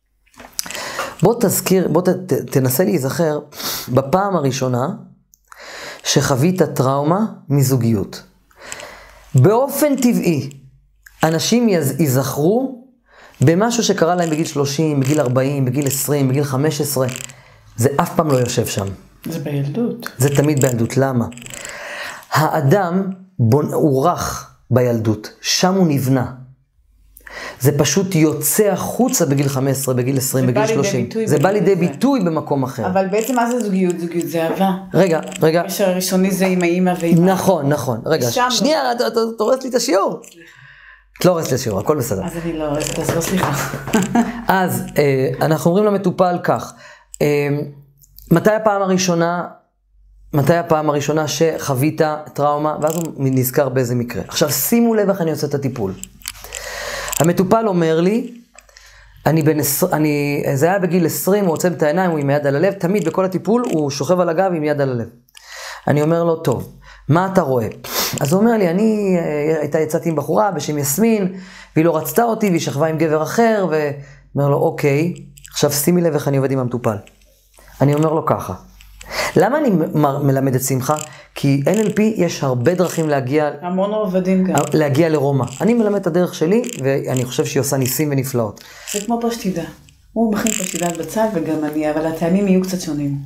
בוא תזכיר, בוא ת, ת, תנסה להיזכר בפעם הראשונה שחווית טראומה מזוגיות. באופן טבעי, אנשים ייזכרו במשהו שקרה להם בגיל שלושים, בגיל ארבעים, בגיל עשרים, בגיל חמש עשרה. זה אף פעם לא יושב שם. זה בילדות. זה תמיד בילדות. למה? האדם בונ... הוא רך בילדות, שם הוא נבנה. זה פשוט יוצא החוצה בגיל חמש עשרה, בגיל עשרים, בגיל שלושים. זה בא לידי ביטוי במקום אחר. אבל בעצם מה זה זוגיות? זוגיות זה אהבה. רגע, רגע. הקשר הראשוני זה עם האמא ועם... נכון, נכון. רגע, שנייה, אתה הורס לי את השיעור. את לא הורס לי את השיעור, הכל בסדר. אז אני לא הורסת, אז לא סליחה. אז אנחנו אומרים למטופל כך, מתי הפעם הראשונה, מתי הפעם הראשונה שחווית טראומה, ואז הוא נזכר באיזה מקרה. עכשיו שימו לב איך אני עושה את הטיפול. המטופל אומר לי, אני בן, אני, זה היה בגיל עשרים, הוא עוצם את העיניים, הוא עם יד על הלב, תמיד בכל הטיפול הוא שוכב על הגב עם יד על הלב. אני אומר לו, טוב, מה אתה רואה? אז הוא אומר לי, אני הייתה יצאתי עם בחורה בשם יסמין, והיא לא רצתה אותי, והיא שכבה עם גבר אחר, ואומר לו, אוקיי, עכשיו שימי לב איך אני עובד עם המטופל. אני אומר לו ככה, למה אני מלמד את שמחה? כי אן אל פי יש הרבה דרכים להגיע... המון עובדים גם. להגיע לרומא. אני מלמד את הדרך שלי, ואני חושב שהיא עושה ניסים ונפלאות. זה כמו פשטידה. הוא מכין פשטידה בצד וגם אני, אבל הטעמים יהיו קצת שונים.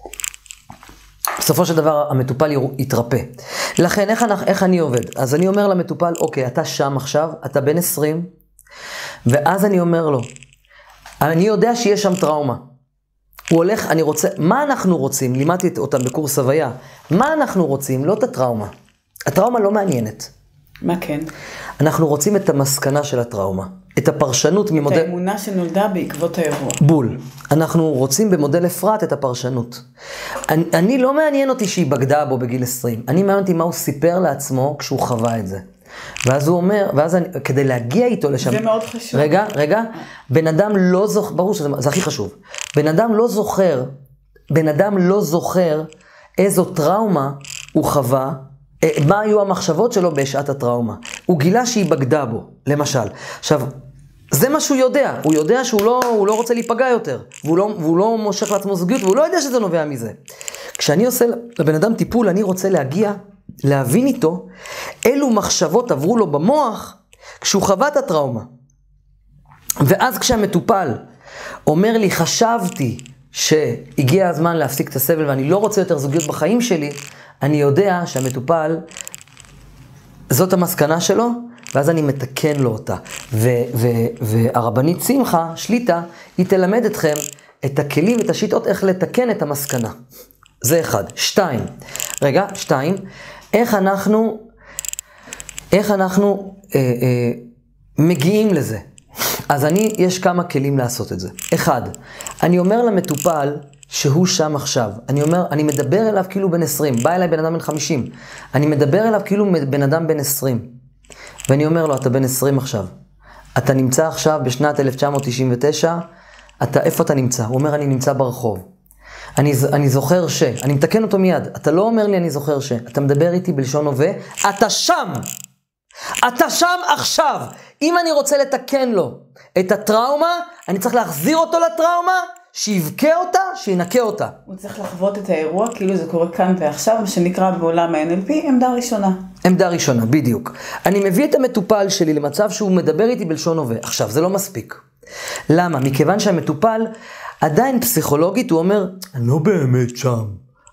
בסופו של דבר המטופל יתרפא. לכן, איך, איך אני עובד? אז אני אומר למטופל, אוקיי, אתה שם עכשיו, אתה בן עשרים, ואז אני אומר לו, אני יודע שיש שם טראומה. הוא הולך, אני רוצה, מה אנחנו רוצים? לימדתי אותם בקורס הוויה. מה אנחנו רוצים? לא את הטראומה. הטראומה לא מעניינת. מה כן? אנחנו רוצים את המסקנה של הטראומה. את הפרשנות ממודל... את האמונה שנולדה בעקבות האירוע. בול. אנחנו רוצים במודל אפרת את הפרשנות. אני, אני לא מעניין אותי שהיא בגדה בו בגיל עשרים. אני מעניין אותי מה הוא סיפר לעצמו כשהוא חווה את זה. ואז הוא אומר, ואז אני, כדי להגיע איתו לשם... זה מאוד חשוב. רגע, רגע. בן אדם לא זוכר, ברור שזה זה הכי חשוב. בן אדם לא זוכר, בן אדם לא זוכר איזו טראומה הוא חווה, מה היו המחשבות שלו בשעת הטראומה. הוא גילה שהיא בגדה בו, למשל. עכשיו, זה מה שהוא יודע. הוא יודע שהוא לא, הוא לא רוצה להיפגע יותר. והוא לא, והוא לא מושך לעצמו זוגיות, והוא לא יודע שזה נובע מזה. כשאני עושה לבן אדם טיפול, אני רוצה להגיע, להבין איתו, אילו מחשבות עברו לו במוח, כשהוא חווה את הטראומה. ואז כשהמטופל אומר לי, חשבתי שהגיע הזמן להפסיק את הסבל, ואני לא רוצה יותר זוגיות בחיים שלי, אני יודע שהמטופל, זאת המסקנה שלו, ואז אני מתקן לו אותה. ו- ו- והרבנית שמחה, שליטה, היא תלמד אתכם את הכלים ואת השיטות איך לתקן את המסקנה. זה אחד. שתיים. רגע, שתיים. איך אנחנו, איך אנחנו אה, אה, מגיעים לזה? אז אני, יש כמה כלים לעשות את זה. אחד, אני אומר למטופל שהוא שם עכשיו. אני אומר, אני מדבר אליו כאילו בן עשרים. בא אליי בן אדם בן חמישים. אני מדבר אליו כאילו בן אדם בן עשרים. ואני אומר לו, אתה בן עשרים עכשיו. אתה נמצא עכשיו בשנת אלף תשע מאות תשעים ותשע. אתה, איפה אתה נמצא? הוא אומר, אני נמצא ברחוב. אני, אני זוכר ש... אני מתקן אותו מיד. אתה לא אומר לי, אני זוכר ש... אתה מדבר איתי בלשון הווה. אתה שם! אתה שם עכשיו! אם אני רוצה לתקן לו את הטראומה, אני צריך להחזיר אותו לטראומה, שיבכה אותה, שינקה אותה. הוא צריך לחוות את האירוע, כאילו זה קורה כאן ועכשיו, מה שנקרא בעולם ה-אן אל פי, עמדה ראשונה. עמדה ראשונה, בדיוק. אני מביא את המטופל שלי למצב שהוא מדבר איתי בלשון הווה. עכשיו, זה לא מספיק. למה? מכיוון שהמטופל עדיין פסיכולוגית, הוא אומר, אני לא באמת שם.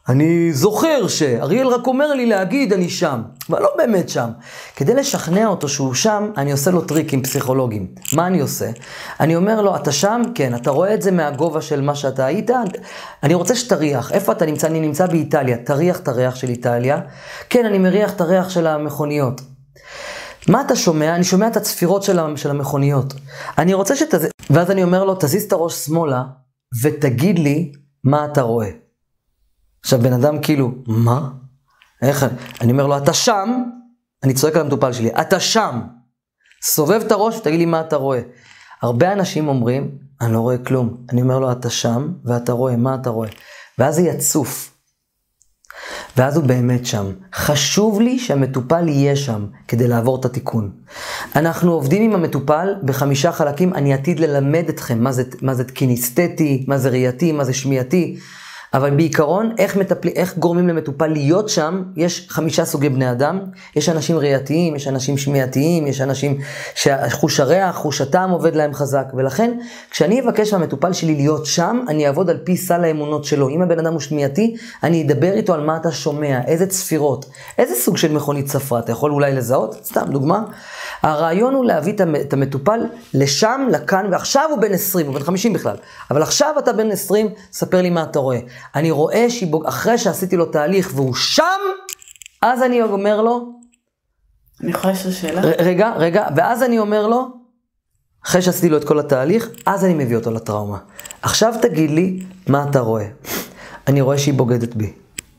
אני זוכר שאריאל רק אומר לי להגיד אני שם, אבל לא באמת שם. כדי לשכנע אותו שהוא שם, אני עושה לו טריקים פסיכולוגיים. מה אני עושה? אני אומר לו, אתה שם? כן, אתה רואה את זה מהגובה של מה שאתה היית? אני רוצה שתריח. איפה אתה נמצא? אני נמצא באיטליה. תריח את הריח של איטליה. כן, אני מריח את הריח של המכוניות. מה אתה שומע? אני שומע את הצפירות של המכוניות. אני רוצה שתזיז... ואז אני אומר לו, תזיז את הראש שמאלה, ותגיד לי מה אתה רואה. עכשיו, בן אדם כאילו, מה? איך? אני אומר לו, אתה שם, אני צועק על המטופל שלי, אתה שם. סובב את הראש ותגיד לי מה אתה רואה. הרבה אנשים אומרים, אני לא רואה כלום. אני אומר לו, אתה שם, ואתה רואה, מה אתה רואה? ואז זה יצוף. ואז הוא באמת שם. חשוב לי שהמטופל יהיה שם, כדי לעבור את התיקון. אנחנו עובדים עם המטופל בחמישה חלקים, אני עתיד ללמד אתכם מה זה, מה זה קינסתטי, מה זה ראייתי, מה זה שמיעתי, אבל בעיקרון, איך, מטפל, איך גורמים למטופל להיות שם, יש חמישה סוגי בני אדם, יש אנשים ראייתיים, יש אנשים שמיעתיים, יש אנשים שחוש הריח, חוש הטעם עובד להם חזק, ולכן, כשאני אבקש מהמטופל שלי להיות שם, אני אעבוד על פי סל האמונות שלו. אם הבן אדם הוא שמיעתי, אני אדבר איתו על מה אתה שומע, איזה צפירות, איזה סוג של מכונית צפרה, אתה יכול אולי לזהות? סתם, דוגמה. הרעיון הוא להביא את המטופל לשם, לכאן, ועכשיו הוא בן עשרים, הוא בן חמישים בכלל, אבל עכשיו אתה בן עשרים, ספר לי מה אתה רואה. אני רואה שאחרי שעשיתי לו תהליך והוא שם, אז אני אומר לו... אני יכולה לשאול שאלה? רגע, רגע, ואז אני אומר לו, אחרי שעשיתי לו את כל התהליך, אז אני מביא אותו לטראומה. עכשיו תגיד לי מה אתה רואה. אני רואה שהיא בוגדת בי.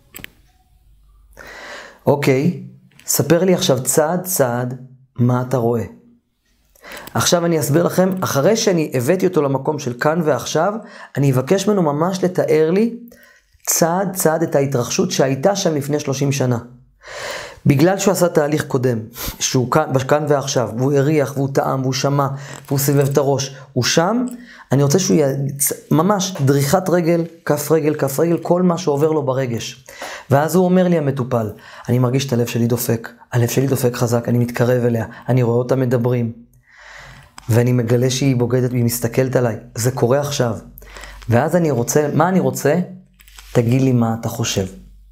אוקיי, ספר לי עכשיו צעד צעד מה אתה רואה. עכשיו אני אסביר לכם, אחרי שאני הבאתי אותו למקום של כאן ועכשיו, אני אבקש ממנו ממש לתאר לי צעד צעד את ההתרחשות שהייתה שם לפני שלושים שנה. בגלל שהוא עשה תהליך קודם, שהוא כאן, כאן ועכשיו, והוא הריח, והוא טעם, והוא שמע, והוא סובב את הראש, הוא שם, אני רוצה שהוא יהיה ממש דריכת רגל, כף רגל, כף רגל, כל מה שעובר לו ברגש. ואז הוא אומר לי המטופל, אני מרגיש את הלב שלי דופק, הלב שלי דופק חזק, אני מתקרב אליה, אני רואה אותה מדברים, ואני מגלה שהיא בוגדת והיא מסתכלת עליי, זה קורה עכשיו. ואז אני רוצה, מה אני רוצה? תגיד לי מה אתה חושב.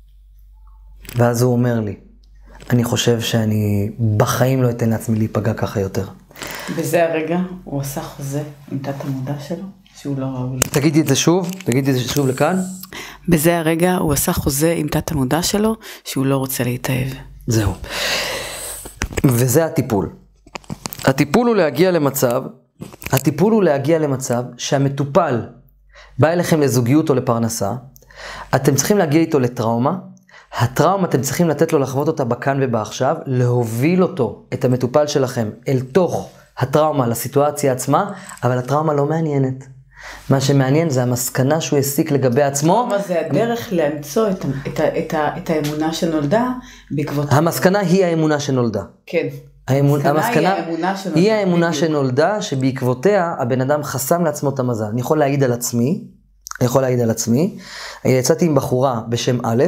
ואז הוא אומר לי, אני חושב שאני בחיים לא אתן לעצמי להיפגע ככה יותר. בזה הרגע הוא עשה חוזה עם תת המודע שלו, שהוא לא ראוי. תגידי את זה שוב, תגידי את זה שוב לכאן. בזה הרגע הוא עשה חוזה עם תת המודע שלו, שהוא לא רוצה להתאהב. זהו. וזה הטיפול. הטיפול הוא להגיע למצב, הטיפול הוא להגיע למצב שהמטופל בא אליכם לזוגיות או לפרנסה, אתם צריכים להגיע איתו לטראומה, הטראומה אתם צריכים לתת לו לחוות אותה בכאן ובעכשיו, להוביל אותו, את המטופל שלכם, אל תוך הטראומה, לסיטואציה עצמה, אבל הטראומה לא מעניינת. מה שמעניין זה המסקנה שהוא הסיק לגבי עצמו. הטראומה זה הדרך למצוא את, את, את, את האמונה שנולדה בעקבות... המסקנה היא האמונה שנולדה. כן. האמונה, המסקנה המסקנה היא האמונה שנולדה. היא האמונה שנולדה, שבעקבותיה הבן אדם חסם לעצמו את המזל. אני יכול להעיד על עצמי, אני יכול להעיד על עצמי, יצאתי עם בחורה בשם א',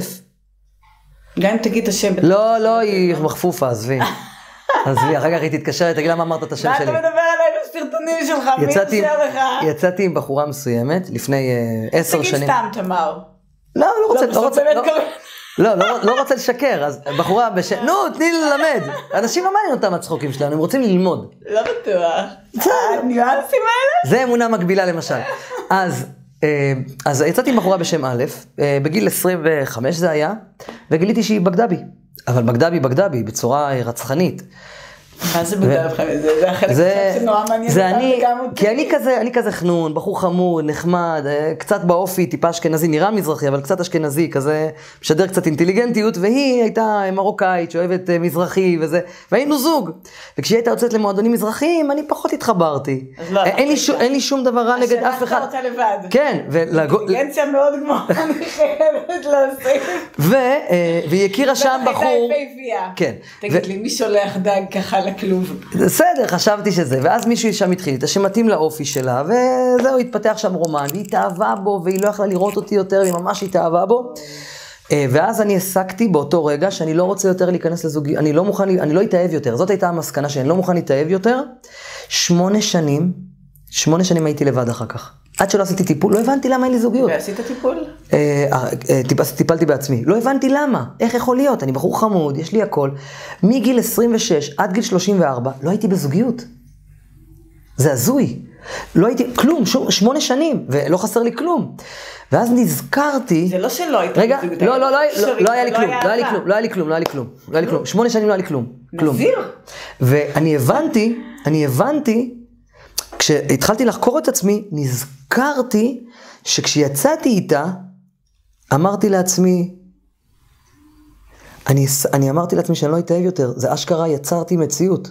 גם אם תגיד את השם... לא, לא, היא מחפופה, עזבי. עזבי, אחר כך היא תתקשר, תגיד לה מה אמרת את השם שלי. מה אתה מדבר עליי בסרטונים שלך, מי יצא לך? יצאתי עם בחורה מסוימת, לפני עשר שנים. תגיד סתם, תמר. לא, לא רוצה, לא רוצה, לא, לא, לא רוצה לשקר, אז בחורה בשם, נו, תני לי ללמד. אנשים לא מעניין אותם הצחוקים שלנו, הם רוצים ללמוד. לא בטוח. הניואנסים האלה? זה אמונה מקבילה למשל. אז... אז יצאתי עם בחורה בשם א', בגיל עשרים וחמש זה היה, וגיליתי שהיא בגדה בי. אבל בגדה בי, בגדה בי, בצורה רצחנית. מה זה בגדה בי? זה החלק קצת שנורא מעניין. זה אני, כי אני כזה, אני כזה חנון, בחור חמוד, נחמד, קצת באופי, טיפה אשכנזי, נראה מזרחי, אבל קצת אשכנזי, כזה משדר קצת אינטליגנטיות, והיא הייתה מרוקאית, שאוהבת מזרחי וזה, והיינו זוג. וכשהיא הייתה יוצאת למועדונים מזרחיים, אני פחות התחברתי. אין לי שום דבר רע נגד אף אחד. השאלה אתה לבד. כן. אינטליגנציה מאוד גמורה, אני חייבת להוסיף. והיא הכירה שם בחור. כן. תגיד לי, מי שולח דג ככה לכלוב? בסדר, חשבתי שזה, ואז מישהו שם התחיל איתה, שמתאים לאופי שלה, וזהו, התפתח שם רומן, והיא התאהבה בו, והיא לא יכלה לראות אותי יותר, היא ממש התאהבה בו, ואז אני הסקתי באותו רגע, שאני לא רוצה יותר להיכנס לזוגי, אני לא מוכן, אני לא אתאהב יותר, זאת הייתה המסקנה שאני לא מוכן להתאהב יותר, שמונה שנים שמונה שנים הייתי לבד אחר כך. עד שלא עשיתי טיפול, לא הבנתי למה אין לי זוגיות. ועשית טיפול? אה, אה, טיפלתי בעצמי. לא הבנתי למה. איך יכול להיות? אני בחור חמוד, יש לי הכל. מגיל עשרים ושש עד גיל שלושים וארבע, לא הייתי בזוגיות. זה הזוי. לא הייתי, כלום, שום, שמונה שנים, ולא חסר לי כלום. ואז נזכרתי... זה לא שלא הייתי רגע, בזוגיות. לא, לא, לא, לא, לא היה לי לא כלום, היה לא היה לי אהבה. כלום, לא היה לי כלום, לא היה לי כלום, לא היה לי כלום. שמונה שנים לא היה לי כלום. כלום. נזיר. ואני הבנתי, אני הבנתי, כשהתחלתי לחקור את עצמי, נזכרתי שכשיצאתי איתה, אמרתי לעצמי, אני, אני אמרתי לעצמי שאני לא אתאהב יותר, זה אשכרה יצרתי מציאות.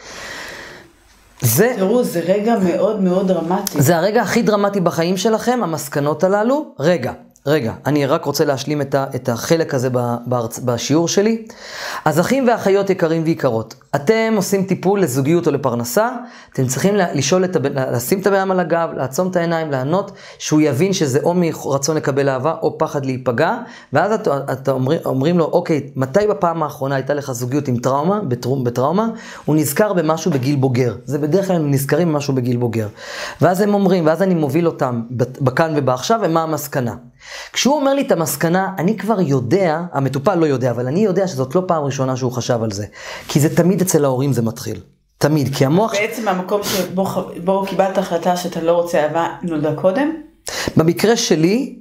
זה, תראו, זה רגע מאוד מאוד דרמטי. זה הרגע הכי דרמטי בחיים שלכם, המסקנות הללו. רגע, רגע, אני רק רוצה להשלים את, ה, את החלק הזה בהרצ, בשיעור שלי. אז אחים ואחיות יקרים ויקרות, אתם עושים טיפול לזוגיות או לפרנסה, אתם צריכים לשאול את הבן, לשים את הבן על הגב, לעצום את העיניים, לענות, שהוא יבין שזה או מרצון לקבל אהבה או פחד להיפגע, ואז את, את אומרים, אומרים לו, אוקיי, מתי בפעם האחרונה הייתה לך זוגיות עם טראומה, בטראומה, בטראומה, הוא נזכר במשהו בגיל בוגר, זה בדרך כלל הם נזכרים במשהו בגיל בוגר, ואז הם אומרים, ואז אני מוביל אותם בכאן ובעכשיו, ומה המסקנה. כשהוא אומר לי את המסקנה, אני כבר יודע, המטופל לא יודע, אבל אני יודע שזאת לא פעם ראשונה שהוא חשב על זה. כי זה תמיד אצל ההורים זה מתחיל. תמיד, כי המוח... בעצם המקום שבו בו קיבלת החלטה שאתה לא רוצה אהבה נולדה קודם? במקרה שלי,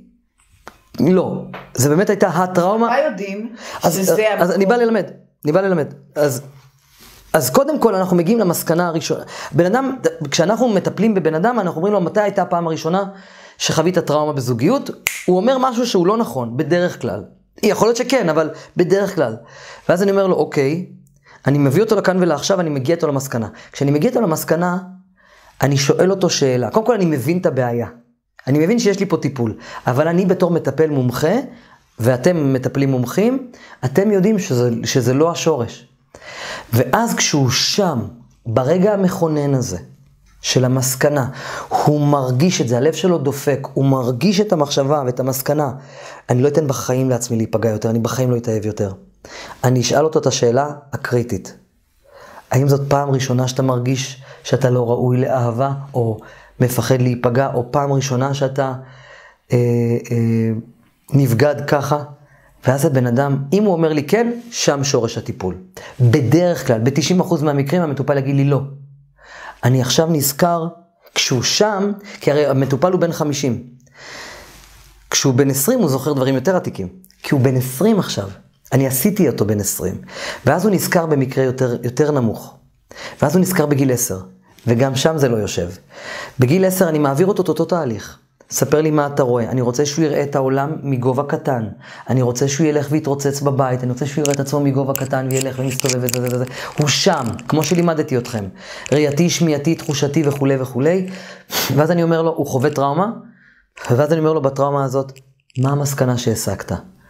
לא. זה באמת הייתה הטראומה. מה יודעים אז, שזה אז, המקום? אז אני בא ללמד, אני בא ללמד. אז... אז קודם כל אנחנו מגיעים למסקנה הראשונה. בן אדם, כשאנחנו מטפלים בבן אדם, אנחנו אומרים לו, מתי הייתה הפעם הראשונה שחווית טראומה בזוגיות? הוא אומר משהו שהוא לא נכון, בדרך כלל. יכול להיות שכן, אבל בדרך כלל. ואז אני אומר לו, אוקיי, אני מביא אותו לכאן ולעכשיו, אני מגיע אותו למסקנה. כשאני מגיע אותו למסקנה, אני שואל אותו שאלה. קודם כל אני מבין את הבעיה. אני מבין שיש לי פה טיפול. אבל אני בתור מטפל מומחה, ואתם מטפלים מומחים, אתם יודעים שזה, שזה לא השורש. ואז כשהוא שם, ברגע המכונן הזה, של המסקנה, הוא מרגיש את זה, הלב שלו דופק, הוא מרגיש את המחשבה ואת המסקנה. אני לא אתן בחיים לעצמי להיפגע יותר, אני בחיים לא אתאהב יותר. אני אשאל אותו את השאלה הקריטית. האם זאת פעם ראשונה שאתה מרגיש שאתה לא ראוי לאהבה, או מפחד להיפגע, או פעם ראשונה שאתה אה, אה, נבגד ככה? ואז הבן אדם, אם הוא אומר לי כן, שם שורש הטיפול. בדרך כלל, ב-תשעים אחוז מהמקרים, המטופל יגיד לי לא. אני עכשיו נזכר, כשהוא שם, כי הרי המטופל הוא בן חמישים. כשהוא בן עשרים, הוא זוכר דברים יותר עתיקים. כי הוא בן עשרים עכשיו. אני עשיתי אותו בן עשרים. ואז הוא נזכר במקרה יותר, יותר נמוך. ואז הוא נזכר בגיל עשר. וגם שם זה לא יושב. בגיל עשר אני מעביר אותו אותו תהליך. ספר לי מה אתה רואה, אני רוצה שהוא יראה את העולם מגובה קטן, אני רוצה שהוא ילך ויתרוצץ בבית, אני רוצה שהוא יראה את עצמו מגובה קטן וילך ומסתובב וזה וזה וזה, הוא שם, כמו שלימדתי אתכם, ראייתי, שמיעתי, תחושתי וכו' וכו', ואז אני אומר לו, הוא חווה טראומה, ואז אני אומר לו בטראומה הזאת, מה המסקנה שהסקת?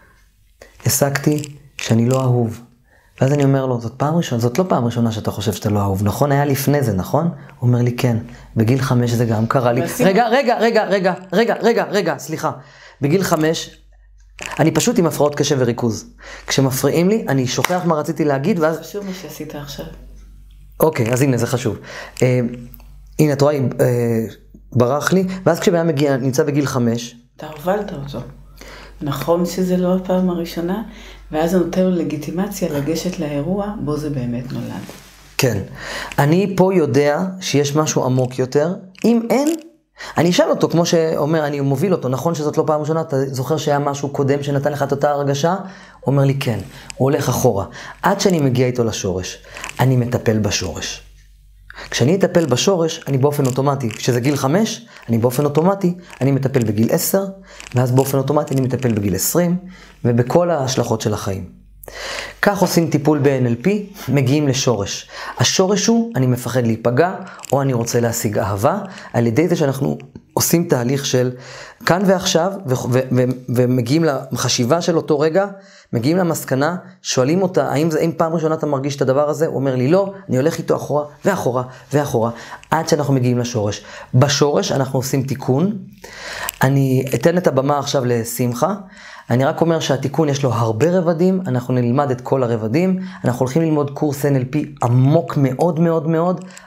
הסקתי שאני לא אהוב, ואז אני אומר לו, זאת פעם ראשונה, זאת לא פעם ראשונה שאתה חושב שאתה לא אהוב, נכון? היה לפני זה, נכון? הוא אומר לי, כן. בגיל חמש זה גם קרה לי. רגע, רגע, רגע, רגע, רגע, רגע, רגע, סליחה. בגיל חמש, אני פשוט עם הפרעות קשב וריכוז. כשמפריעים לי, אני שוכח מה רציתי להגיד, ואז... חשוב מה שעשית עכשיו. אוקיי, אז הנה, זה חשוב. אה, הנה, את רואה, אה, ברח לי, ואז כשבן מגיע, נמצא בגיל חמש... אתה הובלת אותו. נכון שזה לא הפעם הראשונה, ואז זה נותן לו לגיטימציה לגשת לאירוע, בו זה באמת נולד. כן. אני פה יודע שיש משהו עמוק יותר. אם אין, אני אשאל אותו, כמו שאומר, אני מוביל אותו, נכון שזאת לא פעם ראשונה, אתה זוכר שהיה משהו קודם שנתן לך את אותה הרגשה? הוא אומר לי כן, הוא הולך אחורה. עד שאני מגיע איתו לשורש, אני מטפל בשורש. כשאני אטפל בשורש, אני באופן אוטומטי, כשזה גיל חמש, אני באופן אוטומטי, אני מטפל בגיל עשר, ואז באופן אוטומטי אני מטפל בגיל עשרים, ובכל ההשלכות של החיים. כך עושים טיפול ב-אן אל פי, מגיעים לשורש. השורש הוא, אני מפחד להיפגע, או אני רוצה להשיג אהבה, על ידי זה שאנחנו עושים תהליך של כאן ועכשיו, ו- ו- ו- ומגיעים לחשיבה של אותו רגע, מגיעים למסקנה, שואלים אותה, האם, זה, האם פעם ראשונה אתה מרגיש את הדבר הזה? הוא אומר לי לא, אני הולך איתו אחורה, ואחורה, ואחורה, עד שאנחנו מגיעים לשורש. בשורש אנחנו עושים תיקון. אני אתן את הבמה עכשיו לשמחה, אני רק אומר שהתיקון יש לו הרבה רבדים, אנחנו נלמד את כל הרבדים, אנחנו הולכים ללמוד קורס אן אל פי עמוק מאוד מאוד מאוד,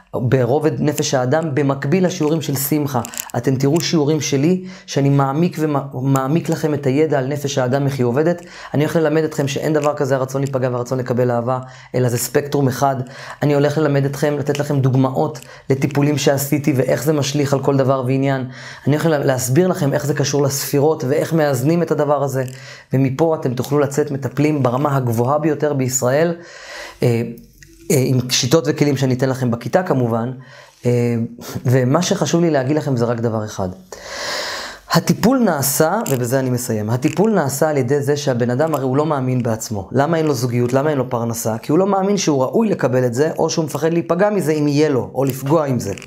ברובד נפש האדם, במקביל לשיעורים של שמחה. אתם תראו שיעורים שלי, שאני מעמיק ומעמיק לכם את הידע על נפש האדם, איך היא עובדת. אני הולך ללמד אתכם שאין דבר כזה הרצון להיפגע והרצון לקבל אהבה, אלא זה ספקטרום אחד. אני הולך ללמד אתכם, לתת לכם דוגמאות לטיפולים שעשיתי, ואיך זה משליך על כל דבר ועניין. אני הולך להסביר לכם איך זה קשור לספירות, ואיך מאזנים את הדבר הזה. ומפה אתם תוכלו לצאת מטפלים ברמה הגבוהה ביותר בישראל, עם שיטות וכלים שאני אתן לכם בכיתה כמובן, ומה שחשוב לי להגיד לכם זה רק דבר אחד. הטיפול נעשה, ובזה אני מסיים, הטיפול נעשה על ידי זה שהבן אדם הרי הוא לא מאמין בעצמו. למה אין לו זוגיות? למה אין לו פרנסה? כי הוא לא מאמין שהוא ראוי לקבל את זה, או שהוא מפחד להיפגע מזה אם יהיה לו, או לפגוע עם זה.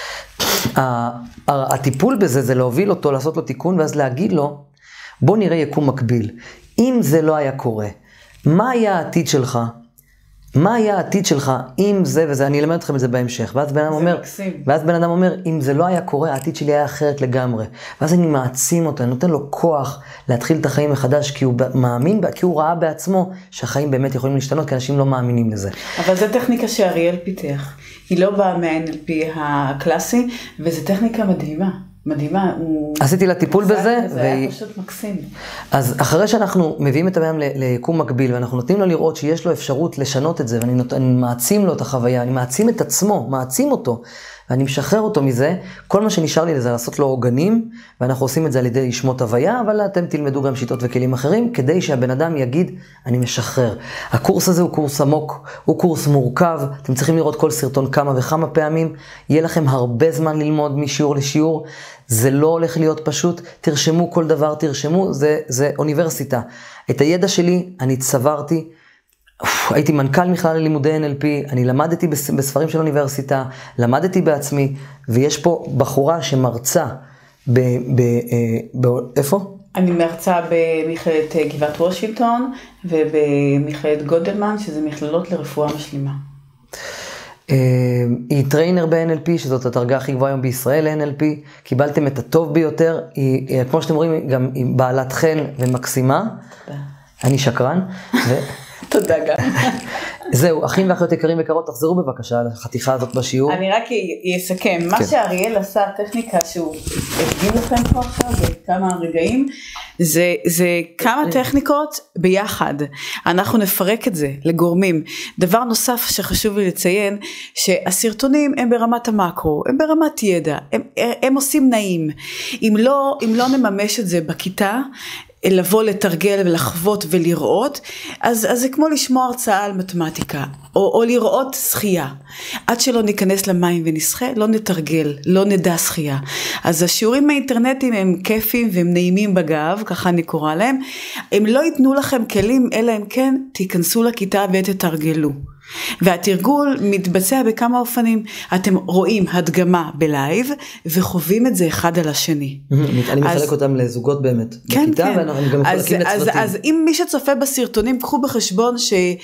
הטיפול בזה זה להוביל אותו, לעשות לו תיקון, ואז להגיד לו, בוא נראה יקום מקביל. אם זה לא היה קורה, מה היה העתיד שלך? מה היה העתיד שלך אם זה וזה? אני אלמד אתכם את זה בהמשך. ואז בן אדם אומר, ואז בן אדם אומר, אם זה לא היה קורה, העתיד שלי היה אחרת לגמרי. ואז אני מעצים אותו, אני נותן לו כוח להתחיל את החיים מחדש, כי הוא מאמין, כי הוא ראה בעצמו שהחיים באמת יכולים להשתנות, כי אנשים לא מאמינים לזה. אבל זו טכניקה שאריאל פיתח. היא לא באה מה-אן אל פי הקלאסי, וזו טכניקה מדהימה. מדהימה. עשיתי לה טיפול בזה. זה היה פשוט מקסים. אז אחרי שאנחנו מביאים את הבן ליקום מקביל, ואנחנו נותנים לו לראות שיש לו אפשרות לשנות את זה, ואני מעצים לו את החוויה, אני מעצים את עצמו, מעצים אותו, ואני משחרר אותו מזה, כל מה שנשאר לי לזה לעשות לו עוגנים, ואנחנו עושים את זה על ידי שמות הוויה, אבל אתם תלמדו גם שיטות וכלים אחרים, כדי שהבן אדם יגיד, אני משחרר. הקורס הזה הוא קורס עמוק, הוא קורס מורכב, אתם צריכים לראות כל סרטון כמה וכמה פעמים, יהיה לכם הרבה זמן ללמוד משיעור לשיעור, זה לא הולך להיות פשוט, תרשמו כל דבר, תרשמו, זה, זה אוניברסיטה. את הידע שלי אני צברתי, הייתי מנכ"ל מכלל ללימודי אן אל פי, אני למדתי בספרים של אוניברסיטה, למדתי בעצמי, ויש פה בחורה שמרצה ב... ב, ב איפה? אני מרצה במכללת גבעת וושינגטון, ובמכללת גודלמן, שזה מכללות לרפואה משלימה. היא טריינר ב-אן אל פי, שזאת הדרגה הכי גבוהה היום בישראל ל-אן אל פי, קיבלתם את הטוב ביותר, היא, כמו שאתם רואים, גם היא בעלת חן ומקסימה, אני שקרן, ו... תודה גם. זהו, אחים ואחיות יקרים יקרות, תחזרו בבקשה על החתיכה הזאת בשיעור. אני רק אסכם, מה שאריאל עשה, הטכניקה שהוא הדגים לכם פה עכשיו, בכמה רגעים, זה, זה כמה טכניקות ביחד. אנחנו נפרק את זה לגורמים. דבר נוסף שחשוב לי לציין, שהסרטונים הם ברמת המקרו, הם ברמת ידע, הם, הם עושים נעים. אם לא, אם לא נממש את זה בכיתה, לבוא לתרגל ולחוות ולראות, אז, אז זה כמו לשמוע הרצאה על מתמטיקה, או, או לראות שחייה. עד שלא ניכנס למים ונשחה, לא נתרגל, לא נדע שחייה. אז השיעורים האינטרנטיים הם כיפים והם נעימים בגב, ככה אני קורא להם. הם לא ייתנו לכם כלים, אלא אם כן תיכנסו לכיתה ותתרגלו. והתרגול מתבצע בכמה אופנים. אתם רואים הדגמה בלייב, וחווים את זה אחד על השני. אני מחלק אותם לזוגות באמת. כן, בכיתה, כן. ואנחנו גם מחלקים לצוותים. אז אם מי שצופה בסרטונים, קחו בחשבון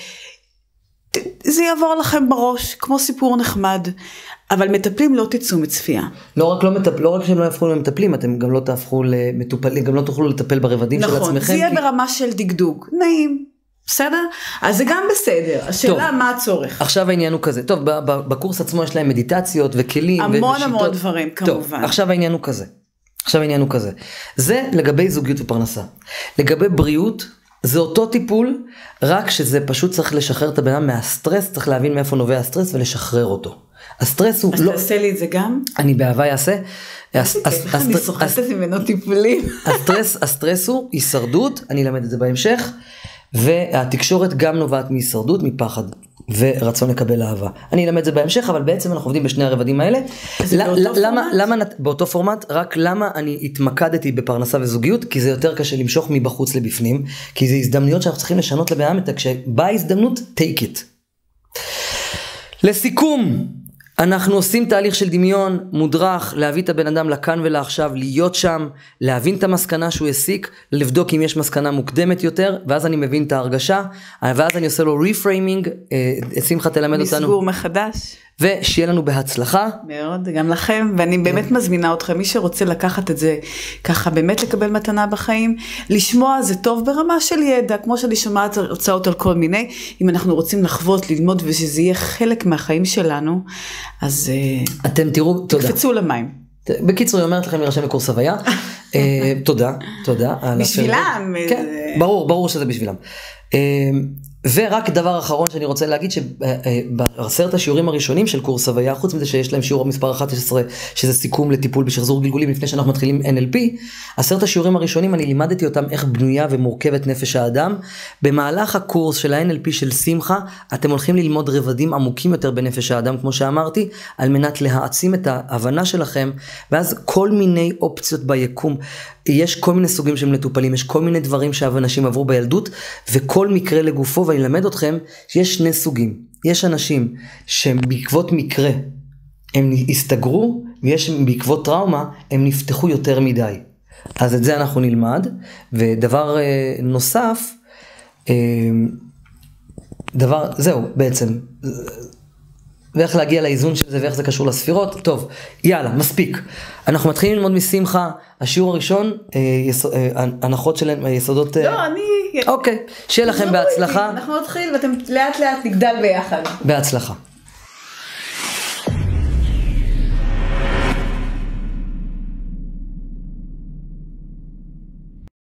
שזה יעבור לכם בראש, כמו סיפור נחמד. אבל מטפלים לא תצאו מצפייה. לא רק, לא מטפ... לא רק שהם לא יהפכו למטפלים, אתם גם לא תהפכו למטופלים, גם לא תוכלו לטפל ברבדים של עצמכם. נכון, זה יהיה ברמה של דגדוג. נעים. בסדר? אז זה גם בסדר. השאלה מה הצורך. עכשיו העניין הוא כזה. טוב, בקורס עצמו יש להם מדיטציות וכלים. המון המון דברים, כמובן. טוב, עכשיו העניין הוא כזה. עכשיו העניין הוא כזה. זה לגבי זוגיות ופרנסה. לגבי בריאות, זה אותו טיפול, רק שזה פשוט צריך לשחרר את הבן אדם מהסטרס, צריך להבין מאיפה נובע הסטרס ולשחרר אותו. הסטרס הוא לא... אז תעשה לי את זה גם? אני באהבה יעשה. אני סוחטת ממנו טיפולים. הסטרס הוא הישרדות, אני אלמד את זה בהמשך. והתקשורת גם נובעת מהישרדות, מפחד ורצון לקבל אהבה. אני אלמד את זה בהמשך, אבל בעצם אנחנו עובדים בשני הרבדים האלה. למה, באותו פורמט, רק למה אני התמקדתי בפרנסה וזוגיות, כי זה יותר קשה למשוך מבחוץ לבפנים, כי זה הזדמנויות שאנחנו צריכים לשנות לבן אדם, כשבאה הזדמנות, take it. לסיכום, אנחנו עושים תהליך של דמיון, מודרך, להביא את הבן אדם לכאן ולעכשיו, להיות שם, להבין את המסקנה שהוא הסיק, לבדוק אם יש מסקנה מוקדמת יותר, ואז אני מבין את ההרגשה, ואז אני עושה לו reframing, שמחה תלמד אותנו. מסגור מחדש. ושיהיה לנו בהצלחה. מאוד, גם לכם, ואני באמת מזמינה אתכם, מי שרוצה לקחת את זה, ככה באמת לקבל מתנה בחיים, לשמוע זה טוב ברמה של ידע, כמו שאני שומעת הרצאות על כל מיני, אם אנחנו רוצים לחוות, ללמוד, ושזה יהיה חלק מהחיים שלנו, אז אתם תראו, תודה. תקפצו למים. בקיצור, היא אומרת לכם להירשם לקורס הוויה. תודה, תודה. בשבילם. כן, ברור, ברור שזה בשבילם. ורק דבר אחרון שאני רוצה להגיד, שבעשרת השיעורים הראשונים של קורס הוויה, חוץ מזה שיש להם שיעור מספר אחת עשרה, שזה סיכום לטיפול בשחזור גלגולים לפני שאנחנו מתחילים אן אל פי, עשרת השיעורים הראשונים אני לימדתי אותם איך בנויה ומורכבת נפש האדם. במהלך הקורס של ה-אן אל פי של שמחה, אתם הולכים ללמוד רבדים עמוקים יותר בנפש האדם, כמו שאמרתי, על מנת להעצים את ההבנה שלכם, ואז כל מיני אופציות ביקום, יש כל מיני סוגים של מטופלים, יש כל מיני דברים שאנשים עברו בילדות, וכל מקרה לגופו, ואני אלמד אתכם שיש שני סוגים. יש אנשים שהם בעקבות מקרה, הם הסתגרו, ויש בעקבות טראומה, הם נפתחו יותר מדי. אז את זה אנחנו נלמד, ודבר אה, נוסף, אה, דבר, זהו בעצם, ואיך להגיע לאיזון של זה, ואיך זה קשור לספירות. טוב, יאללה, מספיק. אנחנו מתחילים ללמוד משמחה. השיעור הראשון, אה, יס, אה, הנחות שלהם, היסודות... לא, אה... אני... אוקיי, שיהיה לכם בהצלחה. אנחנו נתחיל ואתם לאט לאט נגדל ביחד. בהצלחה.